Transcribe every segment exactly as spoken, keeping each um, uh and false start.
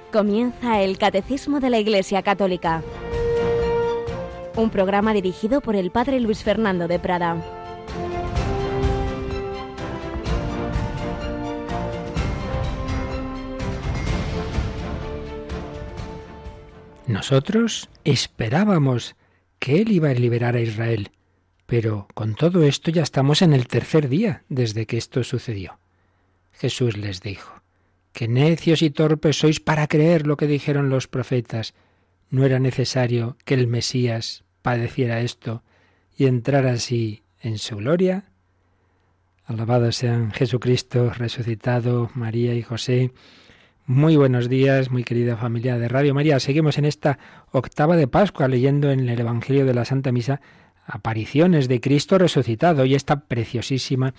Comienza el Catecismo de la Iglesia Católica, un programa dirigido por el Padre Luis Fernando de Prada. Nosotros esperábamos que Él iba a liberar a Israel, pero con todo esto ya estamos en el tercer día desde que esto sucedió. Jesús les dijo: ¡qué necios y torpes sois para creer lo que dijeron los profetas! ¿No era necesario que el Mesías padeciera esto y entrara así en su gloria? Alabados sean Jesucristo resucitado, María y José. Muy buenos días, muy querida familia de Radio María. Seguimos en esta octava de Pascua leyendo en el Evangelio de la Santa Misa apariciones de Cristo resucitado y esta preciosísima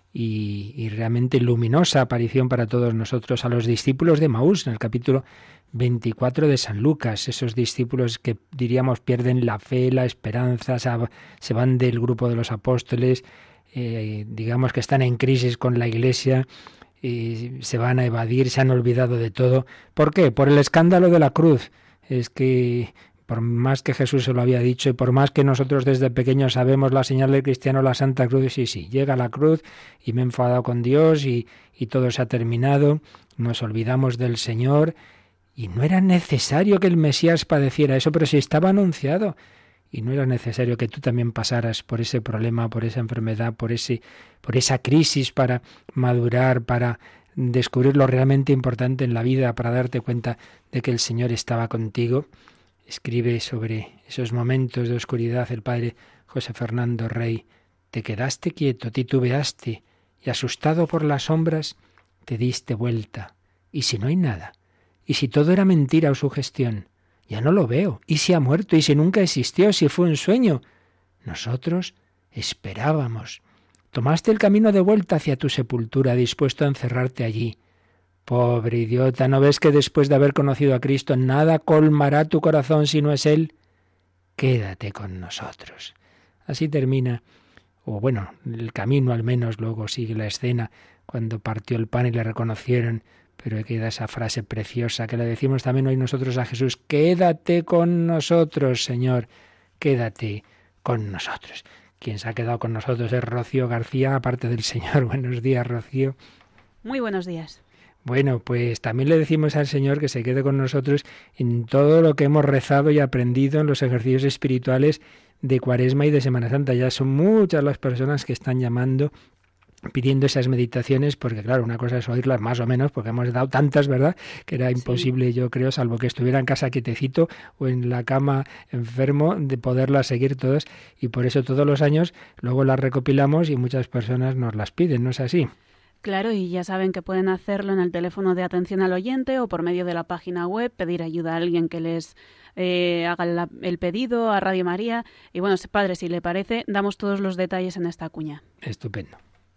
y, y realmente luminosa aparición para todos nosotros a los discípulos de Maús, en el capítulo veinticuatro de San Lucas, esos discípulos que diríamos pierden la fe, la esperanza, se van del grupo de los apóstoles, eh, digamos que están en crisis con la Iglesia, y se van a evadir, se han olvidado de todo. ¿Por qué? Por el escándalo de la cruz. Es que por más que Jesús se lo había dicho y por más que nosotros desde pequeños sabemos la señal del cristiano, la Santa Cruz, sí, sí, llega la cruz y me he enfadado con Dios y, y todo se ha terminado, nos olvidamos del Señor y no era necesario que el Mesías padeciera eso, pero sí estaba anunciado. Y no era necesario que tú también pasaras por ese problema, por esa enfermedad, por ese, por esa crisis para madurar, para descubrir lo realmente importante en la vida, para darte cuenta de que el Señor estaba contigo. Escribe sobre esos momentos de oscuridad el padre José Fernando Rey. Te quedaste quieto, titubeaste, y asustado por las sombras, te diste vuelta. ¿Y si no hay nada? ¿Y si todo era mentira o sugestión? Ya no lo veo. ¿Y si ha muerto? ¿Y si nunca existió? ¿Si fue un sueño? Nosotros esperábamos. Tomaste el camino de vuelta hacia tu sepultura, dispuesto a encerrarte allí. Pobre idiota, ¿no ves que después de haber conocido a Cristo nada colmará tu corazón si no es Él? Quédate con nosotros. Así termina, o bueno, el camino al menos, luego sigue la escena, cuando partió el pan y le reconocieron. Pero queda esa frase preciosa que le decimos también hoy nosotros a Jesús: quédate con nosotros, Señor, quédate con nosotros. Quien se ha quedado con nosotros es Rocío García, aparte del Señor. Buenos días, Rocío. Muy buenos días. Bueno, pues también le decimos al Señor que se quede con nosotros en todo lo que hemos rezado y aprendido en los ejercicios espirituales de Cuaresma y de Semana Santa. Ya son muchas las personas que están llamando, pidiendo esas meditaciones, porque claro, una cosa es oírlas más o menos, porque hemos dado tantas, ¿verdad?, que era imposible, sí, yo creo, salvo que estuviera en casa quietecito o en la cama enfermo, de poderlas seguir todas, y por eso todos los años luego las recopilamos y muchas personas nos las piden, ¿no es así? Claro, y ya saben que pueden hacerlo en el teléfono de atención al oyente o por medio de la página web, pedir ayuda a alguien que les eh, haga la, el pedido a Radio María. Y bueno, padre, si le parece, damos todos los detalles en esta cuña. Estupendo.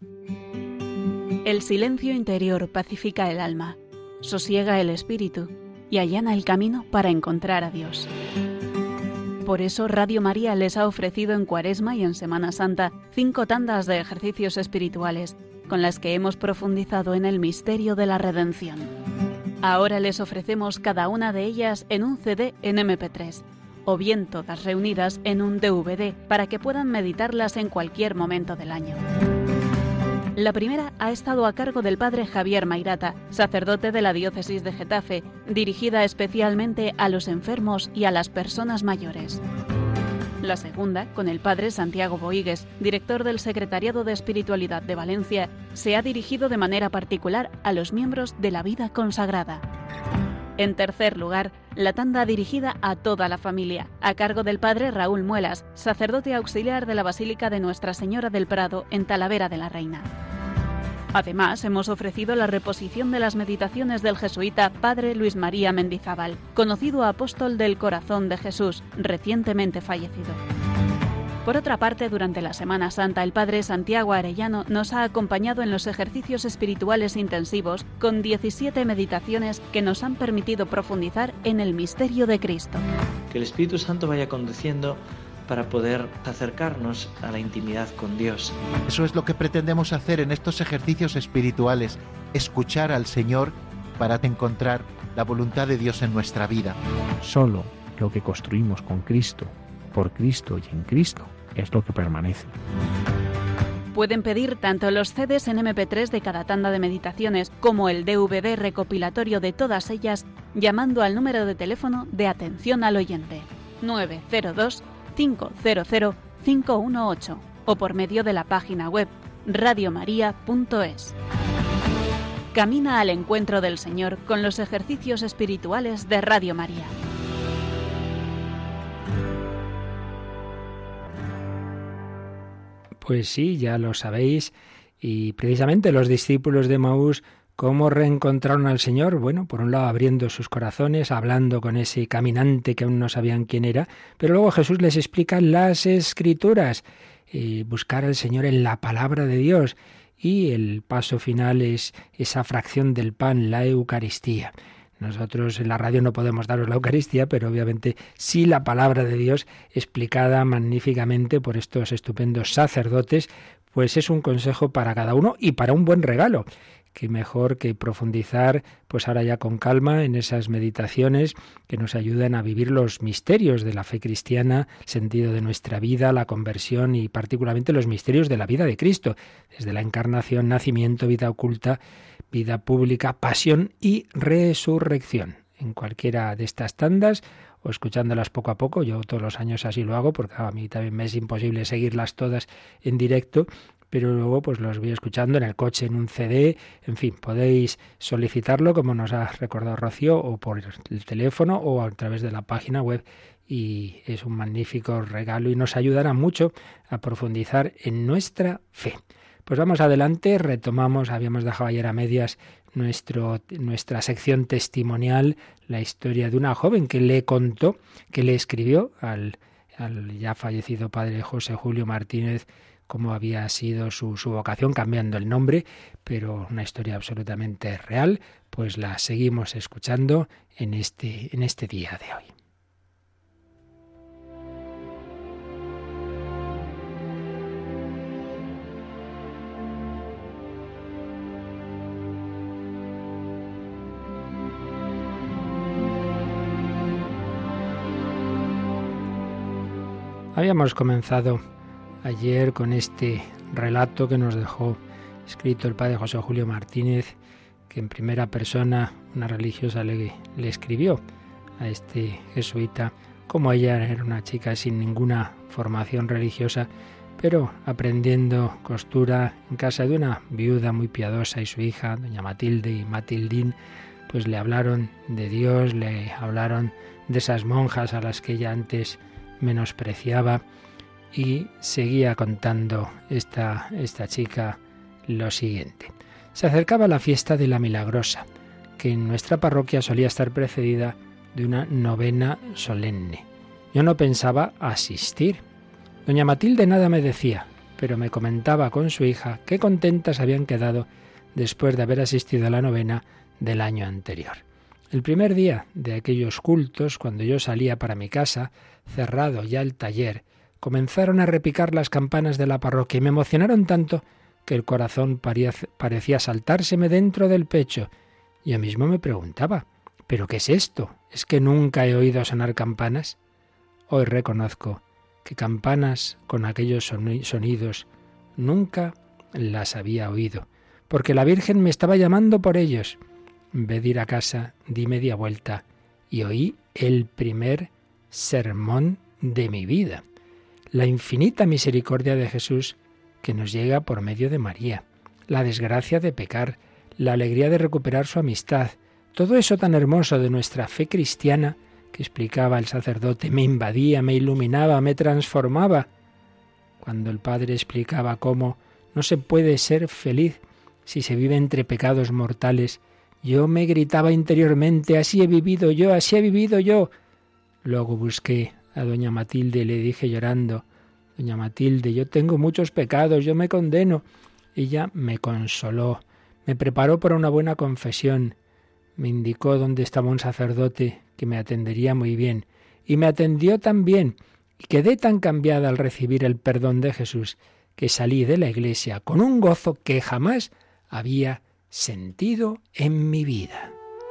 El silencio interior pacifica el alma, sosiega el espíritu y allana el camino para encontrar a Dios. Por eso Radio María les ha ofrecido en Cuaresma y en Semana Santa cinco tandas de ejercicios espirituales con las que hemos profundizado en el misterio de la redención. Ahora les ofrecemos cada una de ellas en un C D en eme pe tres o bien todas reunidas en un de ve de para que puedan meditarlas en cualquier momento del año. La primera ha estado a cargo del padre Javier Mairata, sacerdote de la diócesis de Getafe, dirigida especialmente a los enfermos y a las personas mayores. La segunda, con el padre Santiago Boigues, director del Secretariado de Espiritualidad de Valencia, se ha dirigido de manera particular a los miembros de la vida consagrada. En tercer lugar, la tanda dirigida a toda la familia, a cargo del padre Raúl Muelas, sacerdote auxiliar de la Basílica de Nuestra Señora del Prado en Talavera de la Reina. Además, hemos ofrecido la reposición de las meditaciones del jesuita padre Luis María Mendizábal, conocido apóstol del Corazón de Jesús, recientemente fallecido. Por otra parte, durante la Semana Santa, el padre Santiago Arellano nos ha acompañado en los ejercicios espirituales intensivos con diecisiete meditaciones que nos han permitido profundizar en el misterio de Cristo. Que el Espíritu Santo vaya conduciendo para poder acercarnos a la intimidad con Dios. Eso es lo que pretendemos hacer en estos ejercicios espirituales, escuchar al Señor para encontrar la voluntad de Dios en nuestra vida. Solo lo que construimos con Cristo, por Cristo y en Cristo, es lo que permanece. Pueden pedir tanto los C Ds en eme pe tres de cada tanda de meditaciones como el D V D recopilatorio de todas ellas llamando al número de teléfono de atención al oyente nueve cero dos, cinco cero cero, cinco uno ocho o por medio de la página web radio maría punto es. Camina al encuentro del Señor con los ejercicios espirituales de Radio María. Pues sí, ya lo sabéis, y precisamente los discípulos de Emaús, ¿cómo reencontraron al Señor? Bueno, por un lado abriendo sus corazones, hablando con ese caminante que aún no sabían quién era, pero luego Jesús les explica las Escrituras, eh, buscar al Señor en la palabra de Dios, y el paso final es esa fracción del pan, la Eucaristía. Nosotros en la radio no podemos daros la Eucaristía, pero obviamente sí la palabra de Dios explicada magníficamente por estos estupendos sacerdotes, pues es un consejo para cada uno y para un buen regalo. Qué mejor que profundizar, pues ahora ya con calma, en esas meditaciones que nos ayudan a vivir los misterios de la fe cristiana, el sentido de nuestra vida, la conversión y particularmente los misterios de la vida de Cristo, desde la encarnación, nacimiento, vida oculta, vida pública, pasión y resurrección. En cualquiera de estas tandas o escuchándolas poco a poco, yo todos los años así lo hago, porque a mí también me es imposible seguirlas todas en directo, pero luego pues los voy escuchando en el coche, en un C D, en fin, podéis solicitarlo, como nos ha recordado Rocío, o por el teléfono o a través de la página web, y es un magnífico regalo y nos ayudará mucho a profundizar en nuestra fe. Pues vamos adelante, retomamos, habíamos dejado ayer a medias nuestro, nuestra sección testimonial, la historia de una joven que le contó, que le escribió al, al ya fallecido padre José Julio Martínez, cómo había sido su, su vocación, cambiando el nombre, pero una historia absolutamente real, pues la seguimos escuchando en este, en este día de hoy. Habíamos comenzado ayer con este relato que nos dejó escrito el padre José Julio Martínez, que en primera persona una religiosa le, le escribió a este jesuita, como ella era una chica sin ninguna formación religiosa, pero aprendiendo costura en casa de una viuda muy piadosa y su hija, doña Matilde y Matildín, pues le hablaron de Dios, le hablaron de esas monjas a las que ella antes menospreciaba, y seguía contando esta, esta chica lo siguiente. Se acercaba la fiesta de la Milagrosa, que en nuestra parroquia solía estar precedida de una novena solemne. Yo no pensaba asistir. Doña Matilde nada me decía, pero me comentaba con su hija qué contentas habían quedado después de haber asistido a la novena del año anterior. El primer día de aquellos cultos, cuando yo salía para mi casa, cerrado ya el taller, comenzaron a repicar las campanas de la parroquia y me emocionaron tanto que el corazón parecía saltárseme dentro del pecho. Yo mismo me preguntaba, ¿pero qué es esto? ¿Es que nunca he oído sonar campanas? Hoy reconozco que campanas con aquellos sonidos nunca las había oído, porque la Virgen me estaba llamando por ellos. En vez de ir a casa, di media vuelta y oí el primer sermón de mi vida. La infinita misericordia de Jesús que nos llega por medio de María, la desgracia de pecar, la alegría de recuperar su amistad, todo eso tan hermoso de nuestra fe cristiana que explicaba el sacerdote, me invadía, me iluminaba, me transformaba. Cuando el Padre explicaba cómo no se puede ser feliz si se vive entre pecados mortales, yo me gritaba interiormente, así he vivido yo, así he vivido yo. Luego busqué a doña Matilde y le dije llorando, doña Matilde, yo tengo muchos pecados, yo me condeno. Ella me consoló, me preparó para una buena confesión, me indicó dónde estaba un sacerdote que me atendería muy bien, y me atendió tan bien, y quedé tan cambiada al recibir el perdón de Jesús, que salí de la iglesia con un gozo que jamás había sentido en mi vida.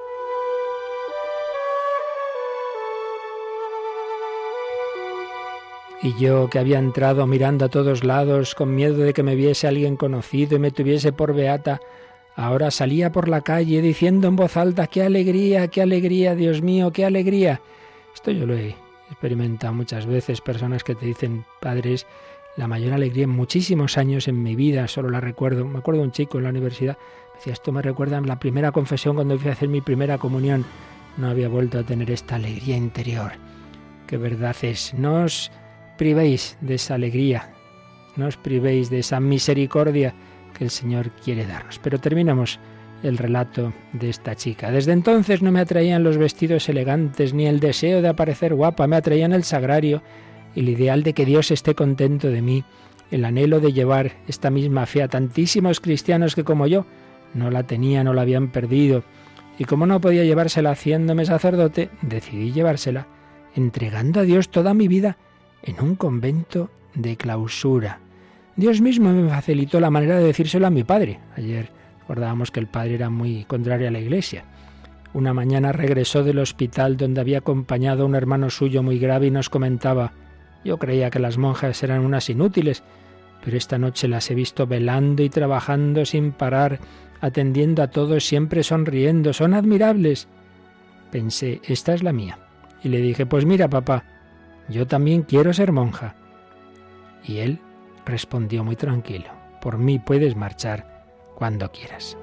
Y yo, que había entrado mirando a todos lados, con miedo de que me viese alguien conocido y me tuviese por beata, ahora salía por la calle diciendo en voz alta: ¡qué alegría, qué alegría, Dios mío, qué alegría! Esto yo lo he experimentado muchas veces, personas que te dicen: padres, la mayor alegría en muchísimos años en mi vida, solo la recuerdo. Me acuerdo de un chico en la universidad, me decía: esto me recuerda a la primera confesión cuando fui a hacer mi primera comunión. No había vuelto a tener esta alegría interior. Qué verdad es. No os privéis de esa alegría, no os privéis de esa misericordia que el Señor quiere darnos. Pero terminamos el relato de esta chica. Desde entonces no me atraían los vestidos elegantes, ni el deseo de aparecer guapa, me atraían el sagrario, el ideal de que Dios esté contento de mí, el anhelo de llevar esta misma fe a tantísimos cristianos que como yo no la tenían o la habían perdido. Y como no podía llevársela haciéndome sacerdote, decidí llevársela entregando a Dios toda mi vida en un convento de clausura. Dios mismo me facilitó la manera de decírselo a mi padre. Ayer recordábamos que el padre era muy contrario a la Iglesia. Una mañana regresó del hospital donde había acompañado a un hermano suyo muy grave y nos comentaba: yo creía que las monjas eran unas inútiles, pero esta noche las he visto velando y trabajando sin parar, atendiendo a todos, siempre sonriendo, son admirables. Pensé: esta es la mía. Y le dije: pues mira, papá, yo también quiero ser monja. Y él respondió muy tranquilo: por mí puedes marchar cuando quieras.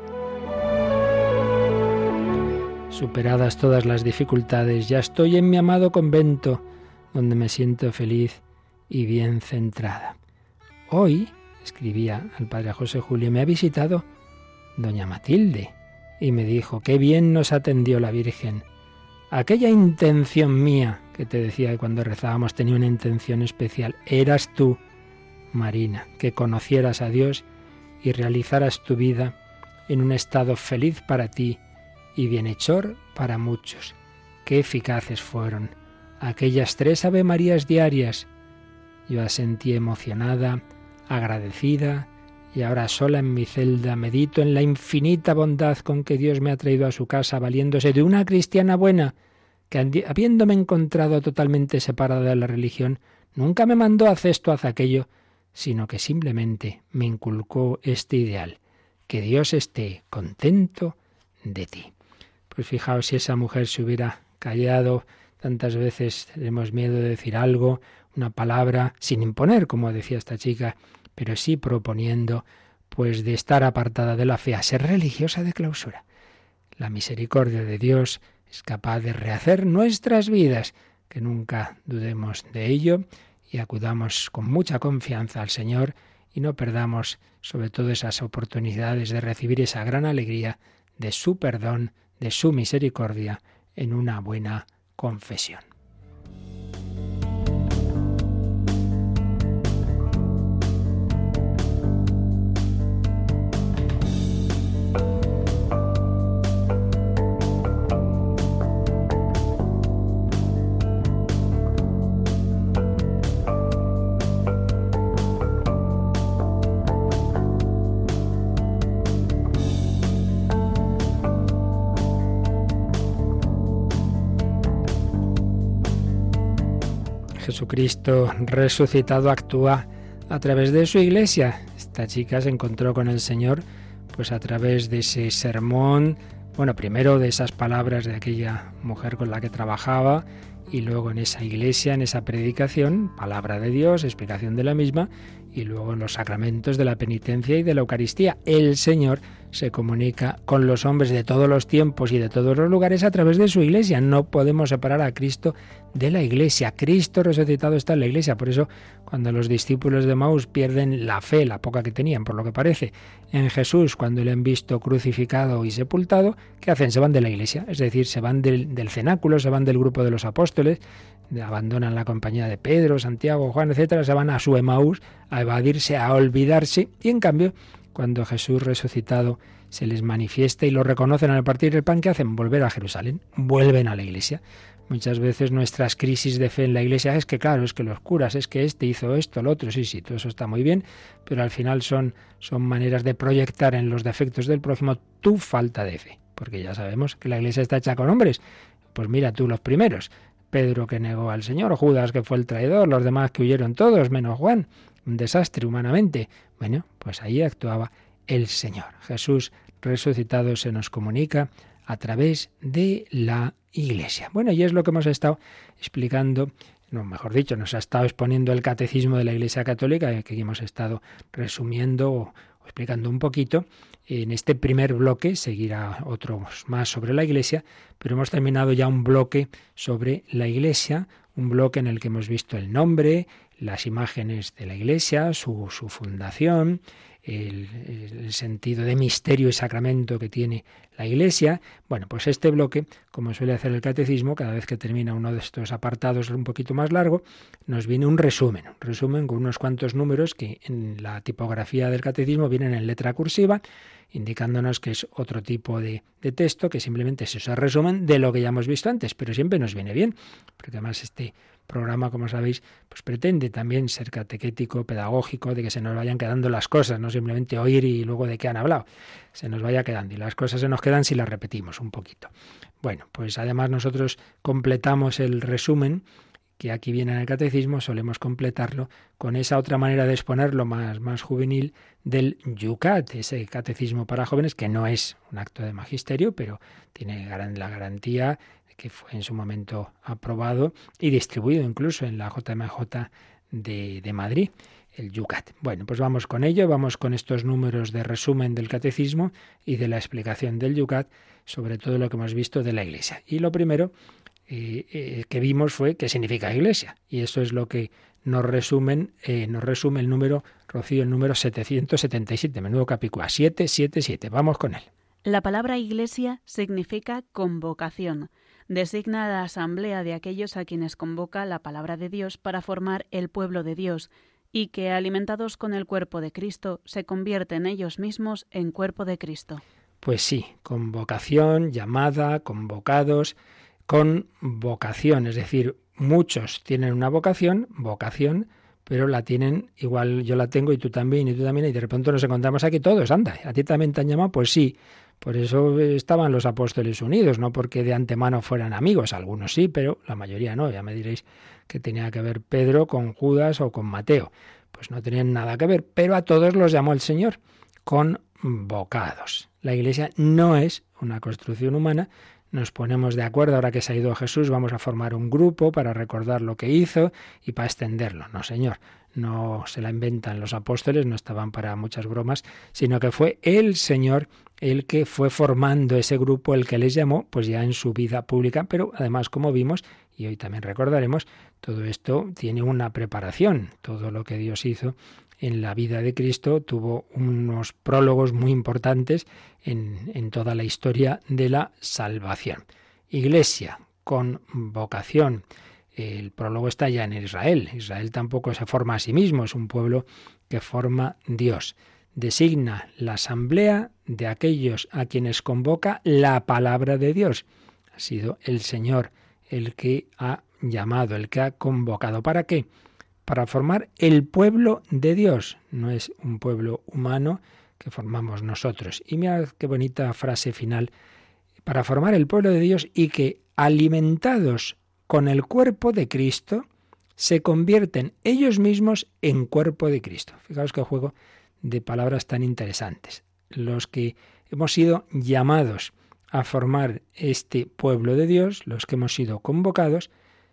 Superadas todas las dificultades, ya estoy en mi amado convento, donde me siento feliz y bien centrada. Hoy, escribía al padre José Julio, me ha visitado doña Matilde y me dijo: qué bien nos atendió la Virgen. Aquella intención mía que te decía que cuando rezábamos tenía una intención especial, eras tú, Marina, que conocieras a Dios y realizaras tu vida en un estado feliz para ti y bienhechor para muchos. Qué eficaces fueron aquellas tres Ave Marías diarias. Yo la sentí emocionada, agradecida, y ahora sola en mi celda medito en la infinita bondad con que Dios me ha traído a su casa, valiéndose de una cristiana buena, que habiéndome encontrado totalmente separada de la religión, nunca me mandó haz esto, haz aquello, sino que simplemente me inculcó este ideal: que Dios esté contento de ti. Pues fijaos, si esa mujer se hubiera callado, tantas veces tenemos miedo de decir algo, una palabra, sin imponer, como decía esta chica, pero sí proponiendo, pues, de estar apartada de la fe a ser religiosa de clausura. La misericordia de Dios es capaz de rehacer nuestras vidas, que nunca dudemos de ello y acudamos con mucha confianza al Señor y no perdamos sobre todo esas oportunidades de recibir esa gran alegría de su perdón, de su misericordia en una buena confesión. Jesucristo resucitado actúa a través de su Iglesia. Esta chica se encontró con el Señor pues a través de ese sermón, bueno, primero de esas palabras de aquella mujer con la que trabajaba y luego en esa iglesia, en esa predicación, palabra de Dios, explicación de la misma, y luego en los sacramentos de la penitencia y de la Eucaristía. El Señor se comunica con los hombres de todos los tiempos y de todos los lugares a través de su Iglesia. No podemos separar a Cristo de la Iglesia. Cristo resucitado está en la Iglesia. Por eso, cuando los discípulos de Emaús pierden la fe, la poca que tenían, por lo que parece, en Jesús, cuando le han visto crucificado y sepultado, ¿qué hacen? Se van de la Iglesia. Es decir, se van del, del cenáculo, se van del grupo de los apóstoles, abandonan la compañía de Pedro, Santiago, Juan, etcétera, se van a su Emaús a evadirse, a olvidarse, y en cambio, cuando Jesús resucitado se les manifiesta y lo reconocen al partir el pan, ¿qué hacen? Volver a Jerusalén, vuelven a la Iglesia. Muchas veces nuestras crisis de fe en la Iglesia es que, claro, es que los curas, es que este hizo esto, lo otro, sí, sí, todo eso está muy bien, pero al final son, son maneras de proyectar en los defectos del prójimo tu falta de fe, porque ya sabemos que la Iglesia está hecha con hombres. Pues mira tú los primeros, Pedro que negó al Señor, Judas que fue el traidor, los demás que huyeron todos, menos Juan, un desastre humanamente. Bueno, pues ahí actuaba el Señor. Jesús resucitado se nos comunica a través de la Iglesia. Bueno, y es lo que hemos estado explicando, no, mejor dicho, nos ha estado exponiendo el Catecismo de la Iglesia Católica, que hemos estado resumiendo o explicando un poquito. En este primer bloque seguirá otros más sobre la Iglesia, pero hemos terminado ya un bloque sobre la Iglesia, un bloque en el que hemos visto el nombre, las imágenes de la Iglesia, su, su fundación, el, el sentido de misterio y sacramento que tiene la Iglesia. Bueno, pues este bloque, como suele hacer el Catecismo, cada vez que termina uno de estos apartados un poquito más largo, nos viene un resumen, un resumen con unos cuantos números que en la tipografía del Catecismo vienen en letra cursiva, indicándonos que es otro tipo de, de texto, que simplemente es ese resumen de lo que ya hemos visto antes, pero siempre nos viene bien, porque además este programa, como sabéis, pues pretende también ser catequético, pedagógico, de que se nos vayan quedando las cosas, no simplemente oír y luego de qué han hablado, se nos vaya quedando, y las cosas se nos quedan si las repetimos un poquito. Bueno, pues además nosotros completamos el resumen que aquí viene en el Catecismo, solemos completarlo con esa otra manera de exponerlo más, más juvenil del Yucat, ese catecismo para jóvenes que no es un acto de magisterio, pero tiene la garantía que fue en su momento aprobado y distribuido incluso en la J M J de, de Madrid, el Yucat. Bueno, pues vamos con ello, vamos con estos números de resumen del Catecismo y de la explicación del Yucat sobre todo lo que hemos visto de la Iglesia. Y lo primero eh, eh, que vimos fue qué significa Iglesia, y eso es lo que nos resumen, eh, nos resume el número, Rocío, el número setecientos setenta y siete, menudo capicúa, setecientos setenta y siete, vamos con él. La palabra Iglesia significa convocación. Designa a la asamblea de aquellos a quienes convoca la palabra de Dios para formar el pueblo de Dios, y que, alimentados con el cuerpo de Cristo, se convierten ellos mismos en cuerpo de Cristo. Pues sí, convocación, llamada, convocados, con vocación, es decir, muchos tienen una vocación, vocación, pero la tienen, igual yo la tengo y tú también, y tú también, y de repente nos encontramos aquí todos, anda, ¿a ti también te han llamado? Pues sí, por eso estaban los apóstoles unidos, no porque de antemano fueran amigos, algunos sí, pero la mayoría no, ya me diréis que tenía que ver Pedro con Judas o con Mateo, pues no tenían nada que ver, pero a todos los llamó el Señor, convocados. La Iglesia no es una construcción humana. Nos ponemos de acuerdo, ahora que se ha ido Jesús, vamos a formar un grupo para recordar lo que hizo y para extenderlo. No, Señor, no se la inventan los apóstoles, no estaban para muchas bromas, sino que fue el Señor el que fue formando ese grupo, el que les llamó, pues ya en su vida pública, pero además, como vimos, y hoy también recordaremos, todo esto tiene una preparación, todo lo que Dios hizo en la vida de Cristo tuvo unos prólogos muy importantes en, en toda la historia de la salvación. Iglesia con vocación. El prólogo está ya en Israel. Israel tampoco se forma a sí mismo, es un pueblo que forma Dios. Designa la asamblea de aquellos a quienes convoca la palabra de Dios. Ha sido el Señor el que ha llamado, el que ha convocado. ¿Para qué? Para formar el pueblo de Dios. No es un pueblo humano que formamos nosotros. Y mira qué bonita frase final. Para formar el pueblo de Dios y que, alimentados con el cuerpo de Cristo, se convierten ellos mismos en cuerpo de Cristo. Fijaos qué juego de palabras tan interesantes. Los que hemos sido llamados a formar este pueblo de Dios, los que hemos sido convocados,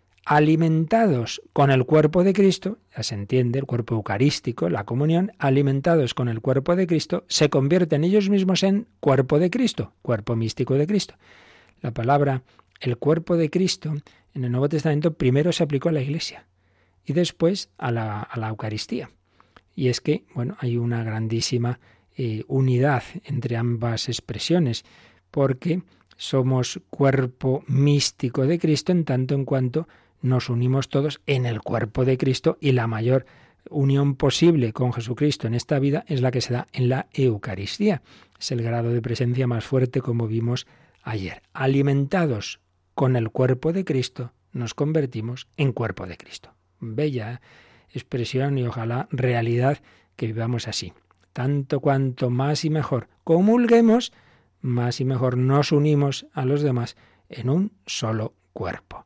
alimentados con el cuerpo de Cristo, ya se entiende, el cuerpo eucarístico, la comunión, alimentados con el cuerpo de Cristo, se convierten ellos mismos en cuerpo de Cristo, cuerpo místico de Cristo. La palabra el cuerpo de Cristo en el Nuevo Testamento primero se aplicó a la Iglesia y después a la, a la Eucaristía. Y es que, bueno, hay una grandísima eh, unidad entre ambas expresiones, porque somos cuerpo místico de Cristo en tanto en cuanto nos unimos todos en el cuerpo de Cristo, y la mayor unión posible con Jesucristo en esta vida es la que se da en la Eucaristía. Es el grado de presencia más fuerte, como vimos ayer. Alimentados con el cuerpo de Cristo, nos convertimos en cuerpo de Cristo. Bella expresión y ojalá realidad que vivamos así. Tanto cuanto más y mejor comulguemos, más y mejor nos unimos a los demás en un solo cuerpo.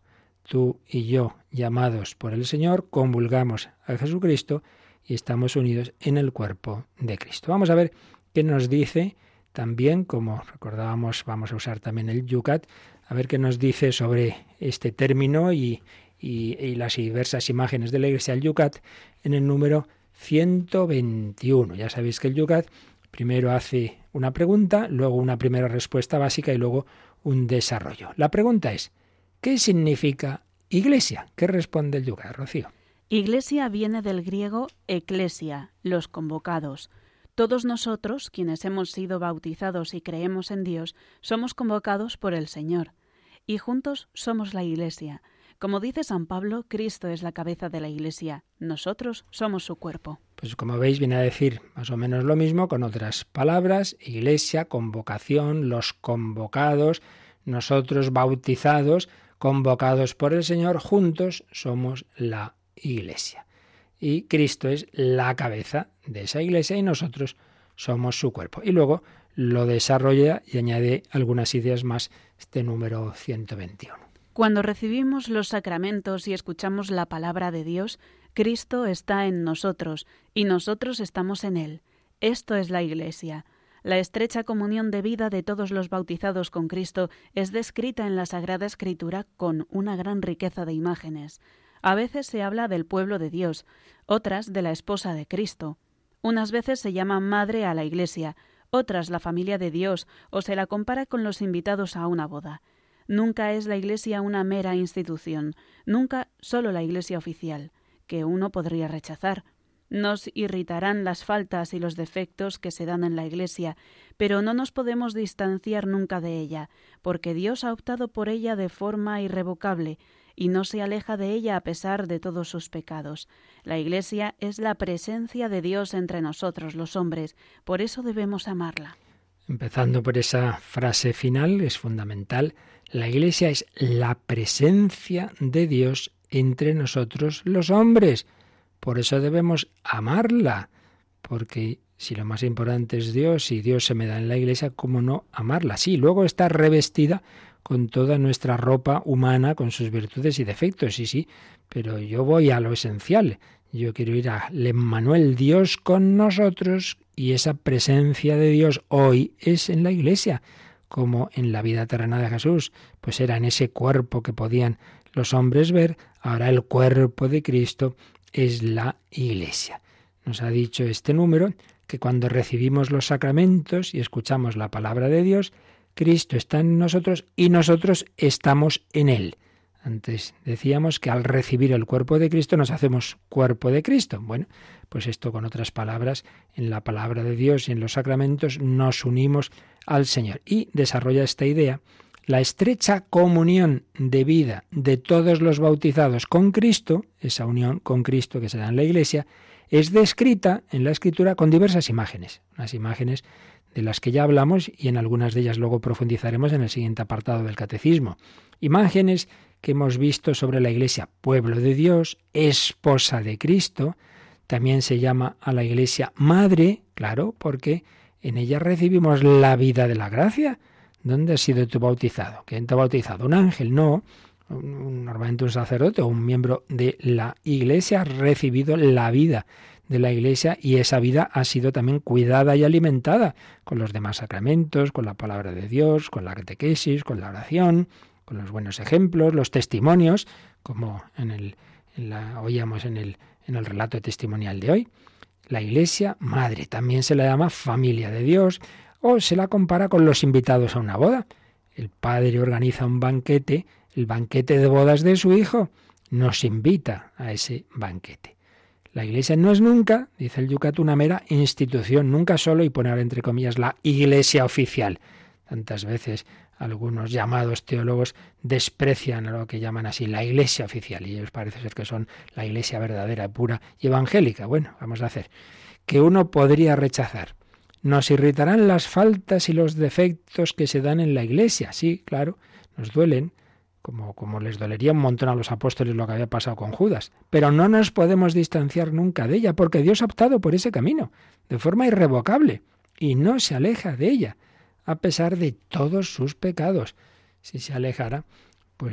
tú y yo, llamados por el Señor, comulgamos a Jesucristo y estamos unidos en el cuerpo de Cristo. Vamos a ver qué nos dice también, como recordábamos, vamos a usar también el Yucat, a ver qué nos dice sobre este término y, y, y las diversas imágenes de la Iglesia, el Yucat, en el número ciento veintiuno. Ya sabéis que el Yucat primero hace una pregunta, luego una primera respuesta básica y luego un desarrollo. La pregunta es, ¿qué significa Iglesia? ¿Qué responde el Yucat, Rocío? Iglesia viene del griego eclesia, los convocados. Todos nosotros, quienes hemos sido bautizados y creemos en Dios, somos convocados por el Señor. Y juntos somos la Iglesia. Como dice San Pablo, Cristo es la cabeza de la Iglesia. Nosotros somos su cuerpo. Pues como veis, viene a decir más o menos lo mismo con otras palabras. Iglesia, convocación, los convocados, nosotros bautizados, convocados por el Señor, juntos somos la Iglesia. Y Cristo es la cabeza de esa Iglesia y nosotros somos su cuerpo. Y luego lo desarrolla y añade algunas ideas más este número ciento veintiuno. Cuando recibimos los sacramentos y escuchamos la palabra de Dios, Cristo está en nosotros y nosotros estamos en Él. Esto es la Iglesia. La estrecha comunión de vida de todos los bautizados con Cristo es descrita en la Sagrada Escritura con una gran riqueza de imágenes. A veces se habla del pueblo de Dios, otras de la esposa de Cristo. Unas veces se llama madre a la Iglesia, otras la familia de Dios, o se la compara con los invitados a una boda. Nunca es la Iglesia una mera institución, nunca solo la Iglesia oficial, que uno podría rechazar. Nos irritarán las faltas y los defectos que se dan en la Iglesia, pero no nos podemos distanciar nunca de ella, porque Dios ha optado por ella de forma irrevocable, y no se aleja de ella a pesar de todos sus pecados. La Iglesia es la presencia de Dios entre nosotros, los hombres, por eso debemos amarla. Empezando por esa frase final, es fundamental. La Iglesia es la presencia de Dios entre nosotros, los hombres. Por eso debemos amarla, porque si lo más importante es Dios y Dios se me da en la Iglesia, ¿cómo no amarla? Sí, luego está revestida con toda nuestra ropa humana, con sus virtudes y defectos, sí, sí, pero yo voy a lo esencial. Yo quiero ir a Emmanuel, Dios con nosotros, y esa presencia de Dios hoy es en la Iglesia, como en la vida terrena de Jesús, pues era en ese cuerpo que podían los hombres ver, ahora el cuerpo de Cristo es la Iglesia. Nos ha dicho este número que cuando recibimos los sacramentos y escuchamos la palabra de Dios, Cristo está en nosotros y nosotros estamos en Él. Antes decíamos que al recibir el cuerpo de Cristo nos hacemos cuerpo de Cristo. Bueno, pues esto con otras palabras, en la palabra de Dios y en los sacramentos nos unimos al Señor. Y desarrolla esta idea, la estrecha comunión de vida de todos los bautizados con Cristo, esa unión con Cristo que se da en la Iglesia, es descrita en la Escritura con diversas imágenes, unas imágenes de las que ya hablamos y en algunas de ellas luego profundizaremos en el siguiente apartado del Catecismo. Imágenes que hemos visto sobre la Iglesia, pueblo de Dios, esposa de Cristo. También se llama a la Iglesia madre, claro, porque en ella recibimos la vida de la gracia. ¿Dónde has sido tú bautizado? ¿Quién te ha bautizado? ¿Un ángel? No. Un, normalmente un sacerdote o un miembro de la Iglesia ha recibido la vida de la Iglesia y esa vida ha sido también cuidada y alimentada con los demás sacramentos, con la palabra de Dios, con la catequesis, con la oración, con los buenos ejemplos, los testimonios, como en el, en la, oíamos en el, en el relato testimonial de hoy. La Iglesia madre también se la llama familia de Dios o se la compara con los invitados a una boda. El padre organiza un banquete, el banquete de bodas de su hijo, nos invita a ese banquete. La Iglesia no es nunca, dice el Yucat, una mera institución, nunca solo, y poner entre comillas, la Iglesia oficial. Tantas veces algunos llamados teólogos desprecian a lo que llaman así la Iglesia oficial, y ellos parece ser que son la Iglesia verdadera, pura y evangélica. Bueno, vamos a hacer. Que uno podría rechazar. Nos irritarán las faltas y los defectos que se dan en la Iglesia. Sí, claro, nos duelen. Como, como les dolería un montón a los apóstoles lo que había pasado con Judas. Pero no nos podemos distanciar nunca de ella, porque Dios ha optado por ese camino, de forma irrevocable, y no se aleja de ella, a pesar de todos sus pecados. Si se alejara, pues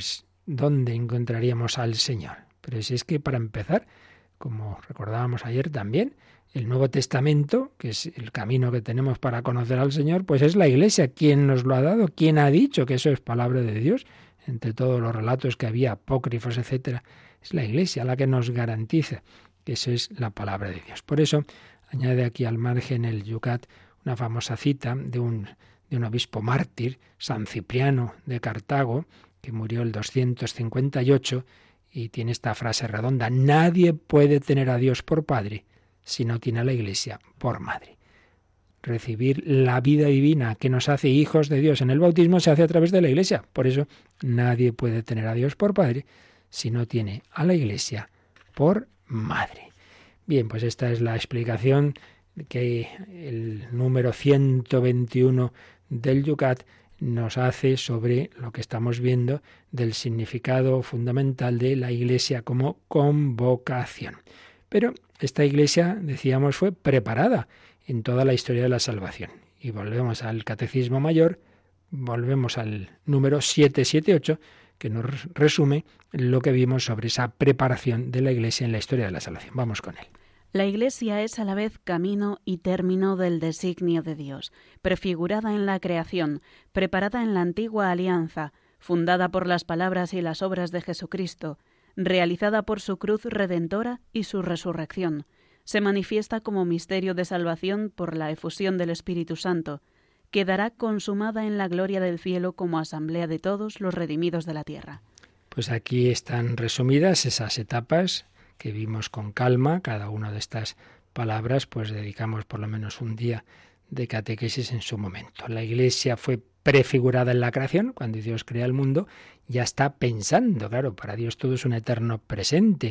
¿dónde encontraríamos al Señor? Pero si es que para empezar, como recordábamos ayer también, el Nuevo Testamento, que es el camino que tenemos para conocer al Señor, pues es la Iglesia quien nos lo ha dado, quien ha dicho que eso es palabra de Dios, entre todos los relatos que había, apócrifos, etcétera. Es la Iglesia la que nos garantiza que eso es la palabra de Dios. Por eso añade aquí al margen el Yucat una famosa cita de un, de un obispo mártir, San Cipriano de Cartago, que murió el doscientos cincuenta y ocho, y tiene esta frase redonda: nadie puede tener a Dios por Padre si no tiene a la Iglesia por Madre. Recibir la vida divina que nos hace hijos de Dios en el bautismo se hace a través de la Iglesia. Por eso nadie puede tener a Dios por Padre si no tiene a la Iglesia por Madre. Bien, pues esta es la explicación que el número ciento veintiuno del Yucat nos hace sobre lo que estamos viendo del significado fundamental de la Iglesia como convocación. Pero esta Iglesia, decíamos, fue preparada en toda la historia de la salvación. Y volvemos al Catecismo Mayor, volvemos al número setecientos setenta y ocho, que nos resume lo que vimos sobre esa preparación de la Iglesia en la historia de la salvación. Vamos con él. La Iglesia es a la vez camino y término del designio de Dios, prefigurada en la creación, preparada en la antigua alianza, fundada por las palabras y las obras de Jesucristo, realizada por su cruz redentora y su resurrección. Se manifiesta como misterio de salvación por la efusión del Espíritu Santo, quedará consumada en la gloria del cielo como asamblea de todos los redimidos de la tierra. Pues aquí están resumidas esas etapas que vimos con calma. Cada una de estas palabras pues dedicamos por lo menos un día de catequesis en su momento. La Iglesia fue prefigurada en la creación. Cuando Dios crea el mundo, ya está pensando, claro, para Dios todo es un eterno presente,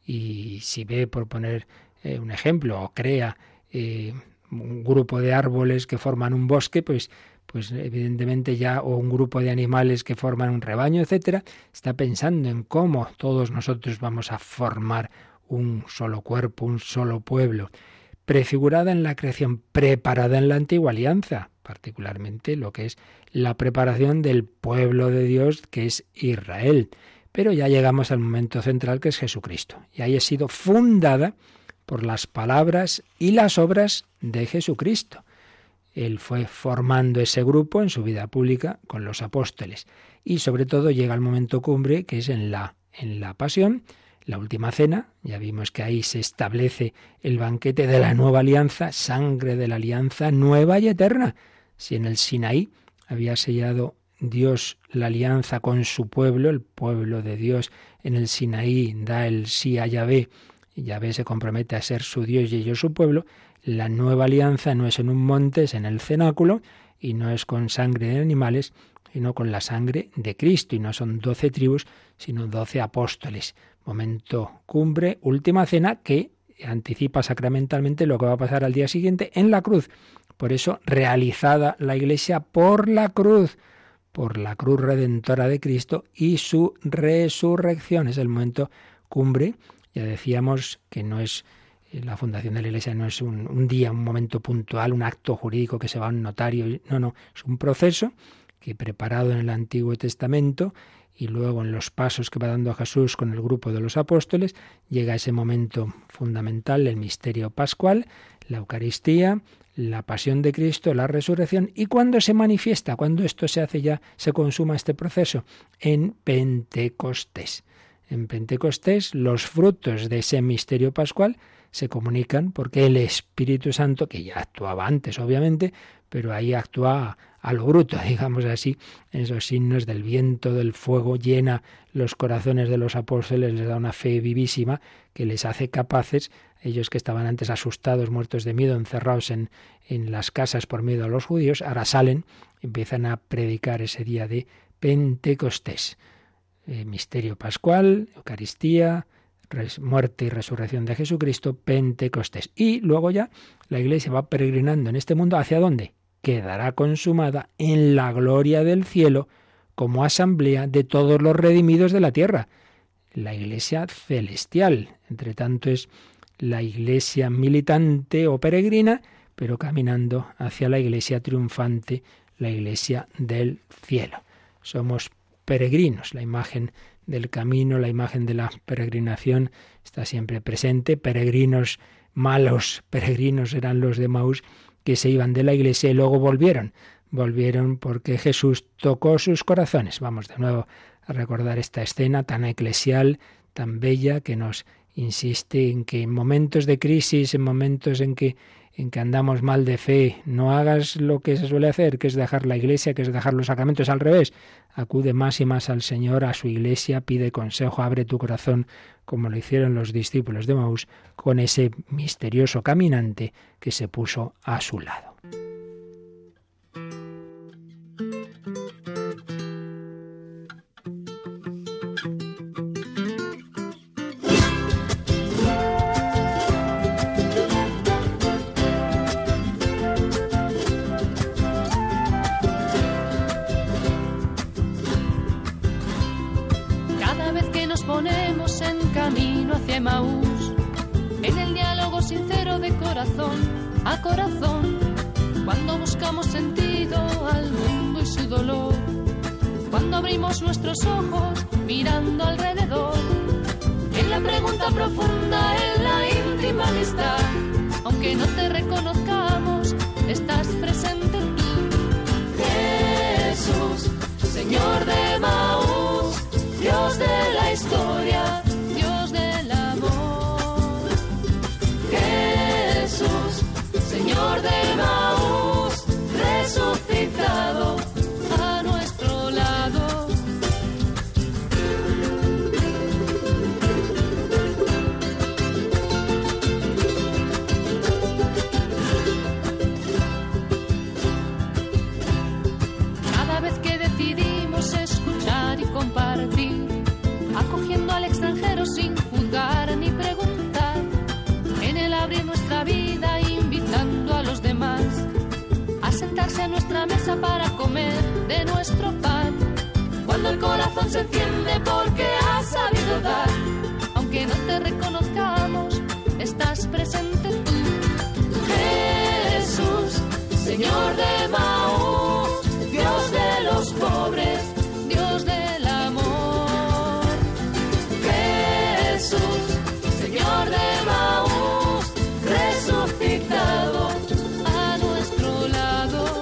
y si ve, por poner eh, un ejemplo, o crea eh, un grupo de árboles que forman un bosque, pues pues evidentemente ya, o un grupo de animales que forman un rebaño, etcétera, está pensando en cómo todos nosotros vamos a formar un solo cuerpo, un solo pueblo. Prefigurada en la creación, preparada en la antigua alianza, particularmente lo que es la preparación del pueblo de Dios, que es Israel. Pero ya llegamos al momento central, que es Jesucristo, y ahí ha sido fundada por las palabras y las obras de Jesucristo. Él fue formando ese grupo en su vida pública con los apóstoles, y sobre todo llega el momento cumbre, que es en la, en la pasión, la última cena. Ya vimos que ahí se establece el banquete de la nueva alianza, sangre de la alianza nueva y eterna. Si en el Sinaí había sellado Dios la alianza con su pueblo, el pueblo de Dios en el Sinaí da el sí a Yahvé, y Yahvé se compromete a ser su Dios y ellos su pueblo. La nueva alianza no es en un monte, es en el cenáculo, y no es con sangre de animales, sino con la sangre de Cristo, y no son doce tribus, sino doce apóstoles. Momento cumbre, última cena, que anticipa sacramentalmente lo que va a pasar al día siguiente en la cruz. Por eso, realizada la Iglesia por la cruz, por la cruz redentora de Cristo y su resurrección. Es el momento cumbre. Ya decíamos que no es la fundación de la Iglesia, no es un, un día, un momento puntual, un acto jurídico que se va a un notario. No, no, es un proceso que, preparado en el Antiguo Testamento y luego en los pasos que va dando Jesús con el grupo de los apóstoles, llega ese momento fundamental, el misterio pascual, la Eucaristía, la pasión de Cristo, la resurrección. ¿Y cuándo se manifiesta? Cuando esto se hace ya, se consuma este proceso, en Pentecostés. En Pentecostés los frutos de ese misterio pascual se comunican porque el Espíritu Santo, que ya actuaba antes obviamente, pero ahí actúa a lo bruto, digamos así, en esos signos del viento, del fuego, llena los corazones de los apóstoles, les da una fe vivísima que les hace capaces, ellos que estaban antes asustados, muertos de miedo, encerrados en, en las casas por miedo a los judíos, ahora salen, empiezan a predicar ese día de Pentecostés. Eh, misterio pascual, Eucaristía, res, muerte y resurrección de Jesucristo, Pentecostés. Y luego ya la Iglesia va peregrinando en este mundo. ¿Hacia dónde? Quedará consumada en la gloria del cielo como asamblea de todos los redimidos de la tierra. La Iglesia celestial, entre tanto, es la Iglesia militante o peregrina, pero caminando hacia la Iglesia triunfante, la Iglesia del cielo. Somos peregrinos. La imagen del camino, la imagen de la peregrinación está siempre presente. Peregrinos malos, peregrinos eran los de Emaús, que se iban de la iglesia y luego volvieron. Volvieron porque Jesús tocó sus corazones. Vamos de nuevo a recordar esta escena tan eclesial, tan bella, que nos insiste en que en momentos de crisis, en momentos en que, en que andamos mal de fe, no hagas lo que se suele hacer, que es dejar la iglesia, que es dejar los sacramentos. Al revés, acude más y más al Señor, a su iglesia, pide consejo, abre tu corazón, como lo hicieron los discípulos de Emaús, con ese misterioso caminante que se puso a su lado. Ponemos en camino hacia Emaús, en el diálogo sincero de corazón a corazón, cuando buscamos sentido al mundo y su dolor, cuando abrimos nuestros ojos mirando alrededor, en la pregunta profunda, en la íntima amistad, aunque no te reconozcamos, estás presente tú, Jesús, Señor de Emaús, Dios de la historia, Dios del amor. Jesús, Señor de Emaús, resucitado a nuestro lado. Cada vez que decidimos escuchar y compartir, acogiendo al extranjero sin juzgar ni preguntar, en el abrir nuestra vida, invitando a los demás a sentarse a nuestra mesa para comer de nuestro pan, cuando el corazón se enciende porque has sabido dar, aunque no te reconozcamos, estás presente tú, Jesús, Señor de Emaús, Dios de los pobres, Dios del amor. Jesús, Señor de Emaús, resucitado a nuestro lado.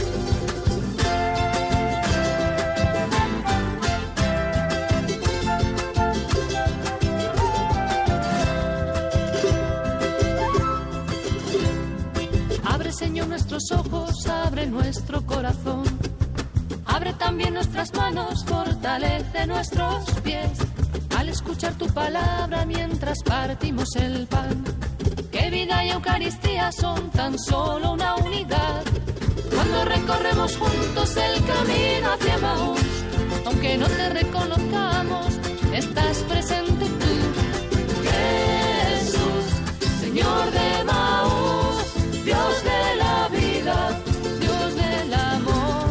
Abre, Señor, nuestros ojos, abre nuestro corazón, abre también nuestras manos, fortalece nuestros pies, al escuchar tu palabra mientras partimos el pan. Que vida y Eucaristía son tan solo una unidad, cuando recorremos juntos el camino hacia Emaús, aunque no te reconozcamos, estás presente tú, Jesús, Señor de Emaús, Dios de la vida, Dios del amor.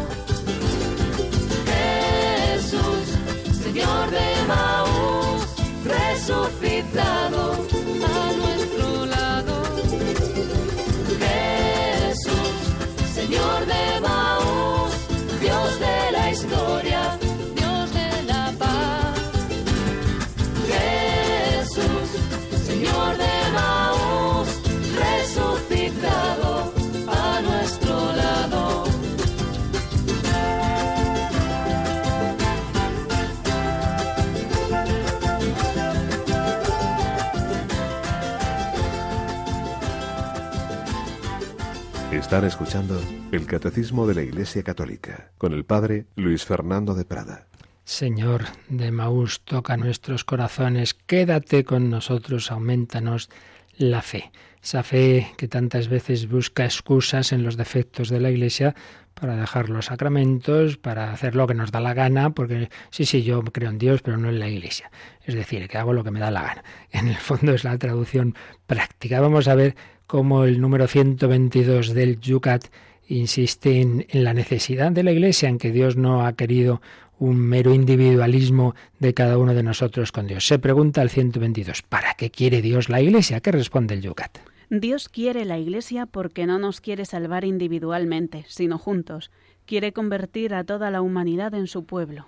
Jesús, Señor de Emaús, resucitado a nuestro lado. Jesús, Señor de Emaús, Dios de la historia, Dios de la paz. Jesús, Señor de Emaús, resucitado a nuestro lado. Están escuchando el Catecismo de la Iglesia Católica con el Padre Luis Fernando de Prada. Señor de Emaús, toca nuestros corazones, quédate con nosotros, aumentanos la fe. Esa fe que tantas veces busca excusas en los defectos de la Iglesia para dejar los sacramentos, para hacer lo que nos da la gana, porque sí, sí, yo creo en Dios, pero no en la Iglesia. Es decir, que hago lo que me da la gana. En el fondo es la traducción práctica. Vamos a ver cómo el número ciento veintidós del Yucat insiste en, en la necesidad de la Iglesia, en que Dios no ha querido un mero individualismo de cada uno de nosotros con Dios. Se pregunta el ciento veintidós, ¿para qué quiere Dios la Iglesia? ¿Qué responde el Yucat? Dios quiere la Iglesia porque no nos quiere salvar individualmente, sino juntos. Quiere convertir a toda la humanidad en su pueblo.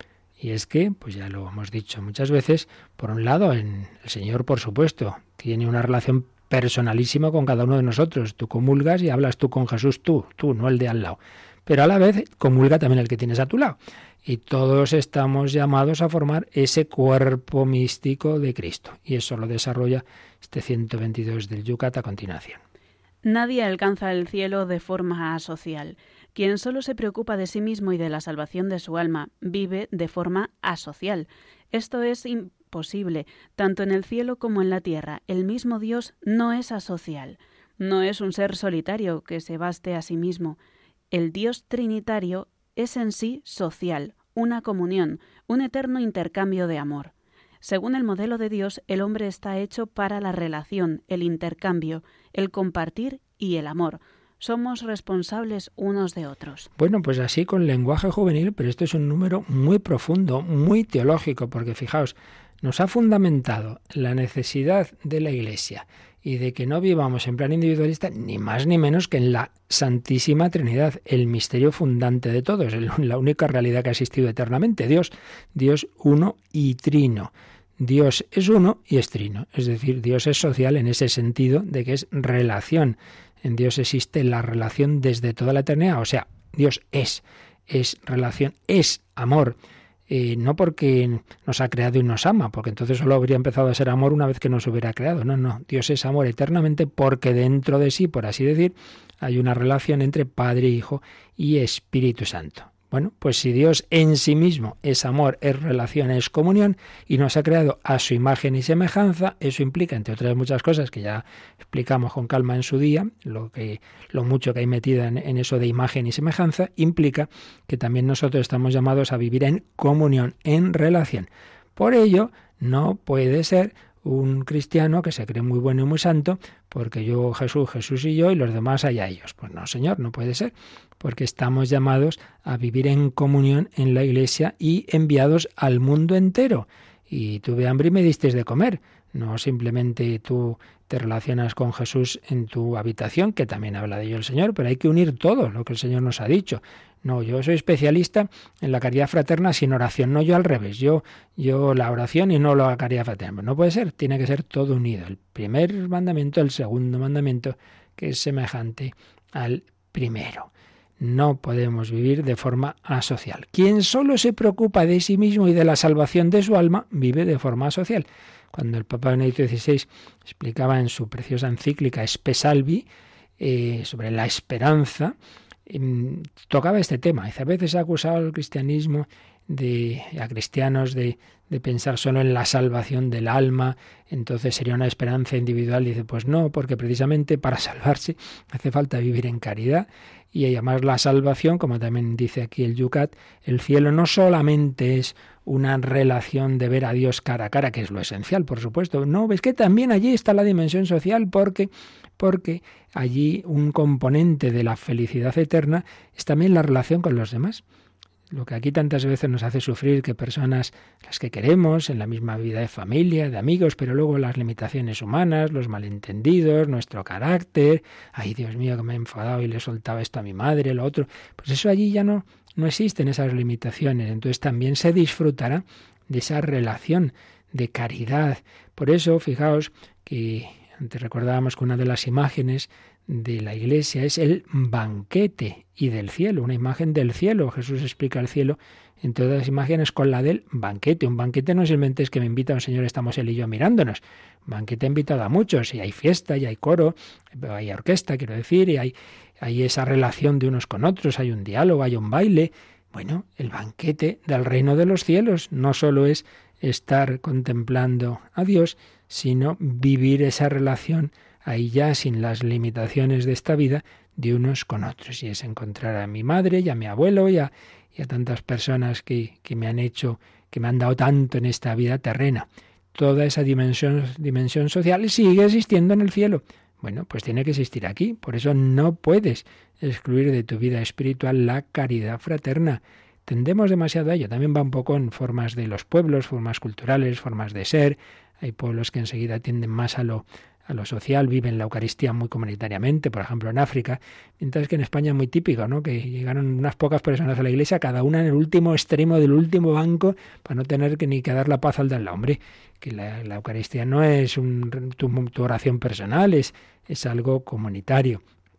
Y es que, pues ya lo hemos dicho muchas veces, por un lado, en el Señor, por supuesto, tiene una relación personalísima con cada uno de nosotros. Tú comulgas y hablas tú con Jesús, tú, tú, no el de al lado. Pero a la vez comulga también el que tienes a tu lado. Y todos estamos llamados a formar ese cuerpo místico de Cristo. Y eso lo desarrolla este ciento veintidós del Yucat a continuación. Nadie alcanza el cielo de forma asocial. Quien solo se preocupa de sí mismo y de la salvación de su alma vive de forma asocial. Esto es imposible, tanto en el cielo como en la tierra. El mismo Dios no es asocial. No es un ser solitario que se baste a sí mismo. El Dios trinitario es en sí social, una comunión, un eterno intercambio de amor. Según el modelo de Dios, el hombre está hecho para la relación, el intercambio, el compartir y el amor. Somos responsables unos de otros. Bueno, pues así con lenguaje juvenil, pero esto es un número muy profundo, muy teológico, porque fijaos, nos ha fundamentado la necesidad de la Iglesia y de que no vivamos en plan individualista, ni más ni menos que en la Santísima Trinidad, el misterio fundante de todos, la única realidad que ha existido eternamente, Dios, Dios uno y trino. Dios es uno y es trino, es decir, Dios es social en ese sentido de que es relación. En Dios existe la relación desde toda la eternidad, o sea, Dios es, es relación, es amor. Eh, no porque nos ha creado y nos ama, porque entonces solo habría empezado a ser amor una vez que nos hubiera creado. No, no, Dios es amor eternamente porque dentro de sí, por así decir, hay una relación entre Padre, Hijo y Espíritu Santo. Bueno, pues si Dios en sí mismo es amor, es relación, es comunión y nos ha creado a su imagen y semejanza, eso implica, entre otras muchas cosas que ya explicamos con calma en su día, lo que lo mucho que hay metida en, en eso de imagen y semejanza, implica que también nosotros estamos llamados a vivir en comunión, en relación. Por ello, no puede ser un cristiano que se cree muy bueno y muy santo, porque yo, Jesús, Jesús y yo, y los demás allá ellos. Pues no, Señor, no puede ser, porque estamos llamados a vivir en comunión en la Iglesia y enviados al mundo entero. Y tuve hambre y me disteis de comer. No simplemente tú te relacionas con Jesús en tu habitación, que también habla de ello el Señor, pero hay que unir todo lo que el Señor nos ha dicho. No, yo soy especialista en la caridad fraterna sin oración, no yo al revés, yo, yo la oración y no la caridad fraterna. No puede ser, tiene que ser todo unido. El primer mandamiento, el segundo mandamiento, que es semejante al primero. No podemos vivir de forma asocial. Quien solo se preocupa de sí mismo y de la salvación de su alma, vive de forma asocial. Cuando el Papa Benedicto dieciséis explicaba en su preciosa encíclica Spe Salvi eh, sobre la esperanza, eh, tocaba este tema. Dice, a veces ha acusado al cristianismo, de, a cristianos, de, de pensar solo en la salvación del alma, entonces sería una esperanza individual. Dice, pues no, porque precisamente para salvarse hace falta vivir en caridad. Y además la salvación, como también dice aquí el Yucat, el cielo no solamente es una relación de ver a Dios cara a cara, que es lo esencial, por supuesto. No, es que también allí está la dimensión social, porque, porque allí un componente de la felicidad eterna es también la relación con los demás. Lo que aquí tantas veces nos hace sufrir, que personas, las que queremos, en la misma vida de familia, de amigos, pero luego las limitaciones humanas, los malentendidos, nuestro carácter, ay Dios mío que me he enfadado y le soltaba esto a mi madre, lo otro, pues eso allí ya no, no existen esas limitaciones, entonces también se disfrutará de esa relación de caridad. Por eso, fijaos que antes recordábamos que una de las imágenes de la Iglesia es el banquete y del cielo, una imagen del cielo. Jesús explica el cielo en todas las imágenes con la del banquete. Un banquete no simplemente es que me invita un señor, estamos él y yo mirándonos. Un banquete ha invitado a muchos, y hay fiesta, y hay coro, hay orquesta, quiero decir, y hay, hay esa relación de unos con otros, hay un diálogo, hay un baile. Bueno, el banquete del reino de los cielos no solo es estar contemplando a Dios, sino vivir esa relación ahí ya sin las limitaciones de esta vida, de unos con otros. Y es encontrar a mi madre y a mi abuelo y a, y a tantas personas que, que me han hecho, que me han dado tanto en esta vida terrena. Toda esa dimensión, dimensión social sigue existiendo en el cielo. Bueno, pues tiene que existir aquí. Por eso no puedes excluir de tu vida espiritual la caridad fraterna. Tendemos demasiado a ello. También va un poco en formas de los pueblos, formas culturales, formas de ser. Hay pueblos que enseguida tienden más a lo a lo social, viven la Eucaristía muy comunitariamente, por ejemplo en África, mientras que en España es muy típico, ¿no? Que llegaron unas pocas personas a la iglesia, cada una en el último extremo del último banco, para no tener que ni que dar la paz al de al lado. Hombre, que la, la Eucaristía no es un, tu, tu oración personal, es, es algo comunitario.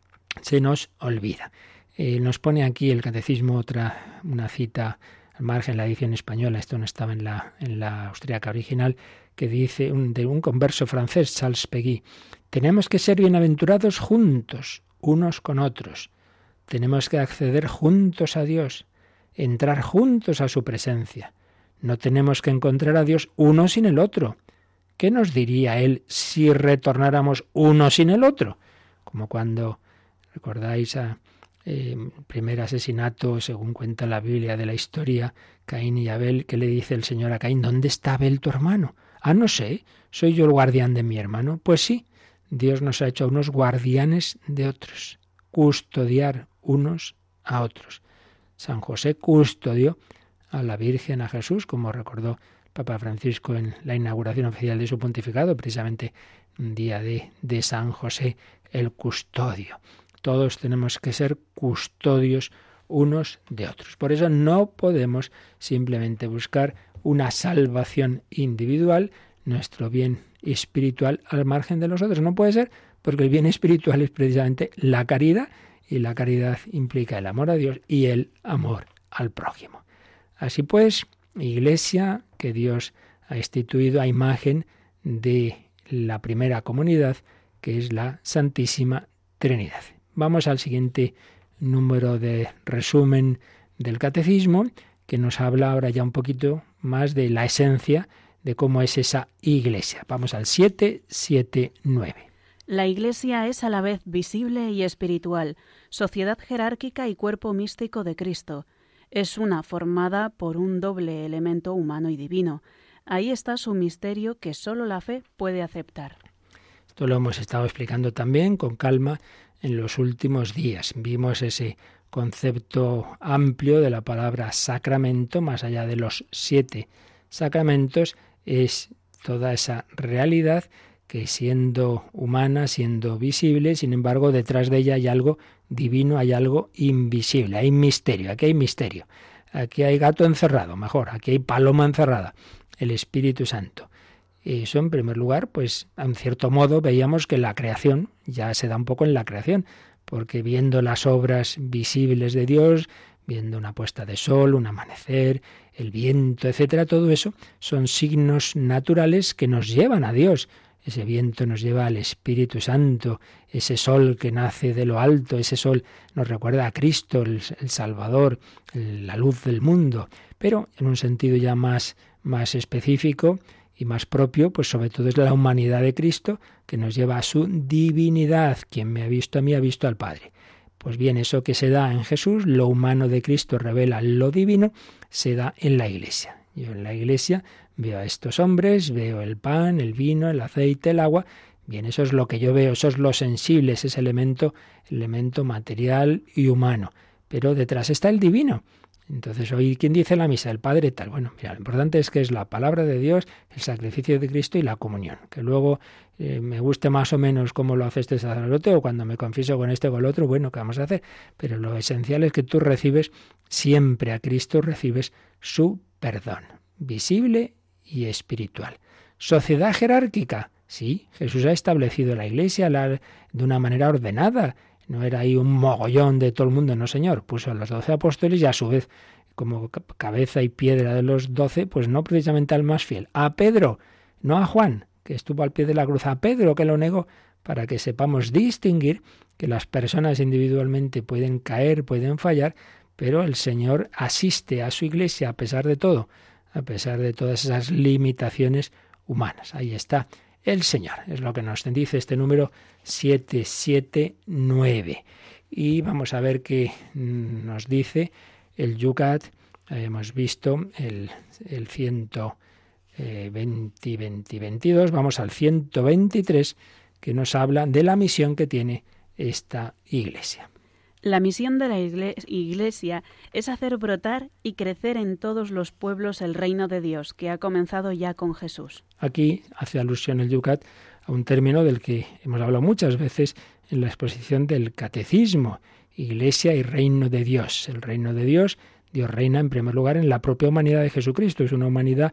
Se nos olvida. Eh, nos pone aquí el Catecismo otra, una cita al margen, la edición española, esto no estaba en la, en la austríaca original, que dice un, de un converso francés, Charles Péguy: tenemos que ser bienaventurados juntos, unos con otros. Tenemos que acceder juntos a Dios, entrar juntos a su presencia. No tenemos que encontrar a Dios uno sin el otro. ¿Qué nos diría Él si retornáramos uno sin el otro? Como cuando, recordáis a eh, primer asesinato, según cuenta la Biblia de la historia, Caín y Abel, que le dice el Señor a Caín: ¿dónde está Abel tu hermano? Ah, no sé, ¿soy yo el guardián de mi hermano? Pues sí, Dios nos ha hecho unos guardianes de otros, custodiar unos a otros. San José custodió a la Virgen, a Jesús, como recordó Papa Francisco en la inauguración oficial de su pontificado, precisamente un día de, de San José, el custodio. Todos tenemos que ser custodios unos de otros. Por eso no podemos simplemente buscar una salvación individual, nuestro bien espiritual al margen de los otros. No puede ser, porque el bien espiritual es precisamente la caridad, y la caridad implica el amor a Dios y el amor al prójimo. Así pues, Iglesia que Dios ha instituido a imagen de la primera comunidad, que es la Santísima Trinidad. Vamos al siguiente número de resumen del Catecismo, que nos habla ahora ya un poquito más de la esencia de cómo es esa Iglesia. Vamos al siete siete nueve. La Iglesia es a la vez visible y espiritual, sociedad jerárquica y cuerpo místico de Cristo. Es una formada por un doble elemento humano y divino. Ahí está su misterio que sólo la fe puede aceptar. Esto lo hemos estado explicando también con calma en los últimos días. Vimos ese concepto amplio de la palabra sacramento, más allá de los siete sacramentos, es toda esa realidad que, siendo humana, siendo visible, sin embargo, detrás de ella hay algo divino, hay algo invisible, hay misterio, aquí hay misterio, aquí hay gato encerrado, mejor, aquí hay paloma encerrada, el Espíritu Santo. Eso, en primer lugar, pues, en cierto modo, veíamos que la creación ya se da un poco en la creación, porque viendo las obras visibles de Dios, viendo una puesta de sol, un amanecer, el viento, etcétera, todo eso son signos naturales que nos llevan a Dios. Ese viento nos lleva al Espíritu Santo, ese sol que nace de lo alto, ese sol nos recuerda a Cristo, el, el Salvador, el, la luz del mundo. Pero en un sentido ya más, más específico y más propio, pues sobre todo es la humanidad de Cristo que nos lleva a su divinidad. Quien me ha visto a mí ha visto al Padre. Pues bien, eso que se da en Jesús, lo humano de Cristo revela lo divino, se da en la Iglesia. Yo en la Iglesia veo a estos hombres, veo el pan, el vino, el aceite, el agua. Bien, eso es lo que yo veo, eso es lo sensible, ese es elemento, elemento material y humano. Pero detrás está el divino. Entonces, hoy, ¿quién dice la misa? El Padre tal. Bueno, mira, lo importante es que es la palabra de Dios, el sacrificio de Cristo y la comunión. Que luego eh, me guste más o menos cómo lo hace este sacerdote, o cuando me confieso con este o con el otro, bueno, ¿qué vamos a hacer? Pero lo esencial es que tú recibes siempre a Cristo, recibes su perdón, visible y espiritual. Sociedad jerárquica. Sí, Jesús ha establecido la Iglesia la, de una manera ordenada. No era ahí un mogollón de todo el mundo, no, Señor. Puso a los doce apóstoles y a su vez, como cabeza y piedra de los doce, pues no precisamente al más fiel. A Pedro, no a Juan, que estuvo al pie de la cruz. A Pedro, que lo negó, para que sepamos distinguir que las personas individualmente pueden caer, pueden fallar, pero el Señor asiste a su Iglesia a pesar de todo, a pesar de todas esas limitaciones humanas. Ahí está el Señor, es lo que nos dice este número siete siete nueve. Y vamos a ver qué nos dice el Yucat. Hemos visto el, el ciento veinte, veinte, veintidós. Vamos al ciento veintitrés, que nos habla de la misión que tiene esta Iglesia. La misión de la Iglesia es hacer brotar y crecer en todos los pueblos el reino de Dios, que ha comenzado ya con Jesús. Aquí hace alusión el Yucat a un término del que hemos hablado muchas veces en la exposición del Catecismo, Iglesia y Reino de Dios. El Reino de Dios, Dios reina en primer lugar en la propia humanidad de Jesucristo, es una humanidad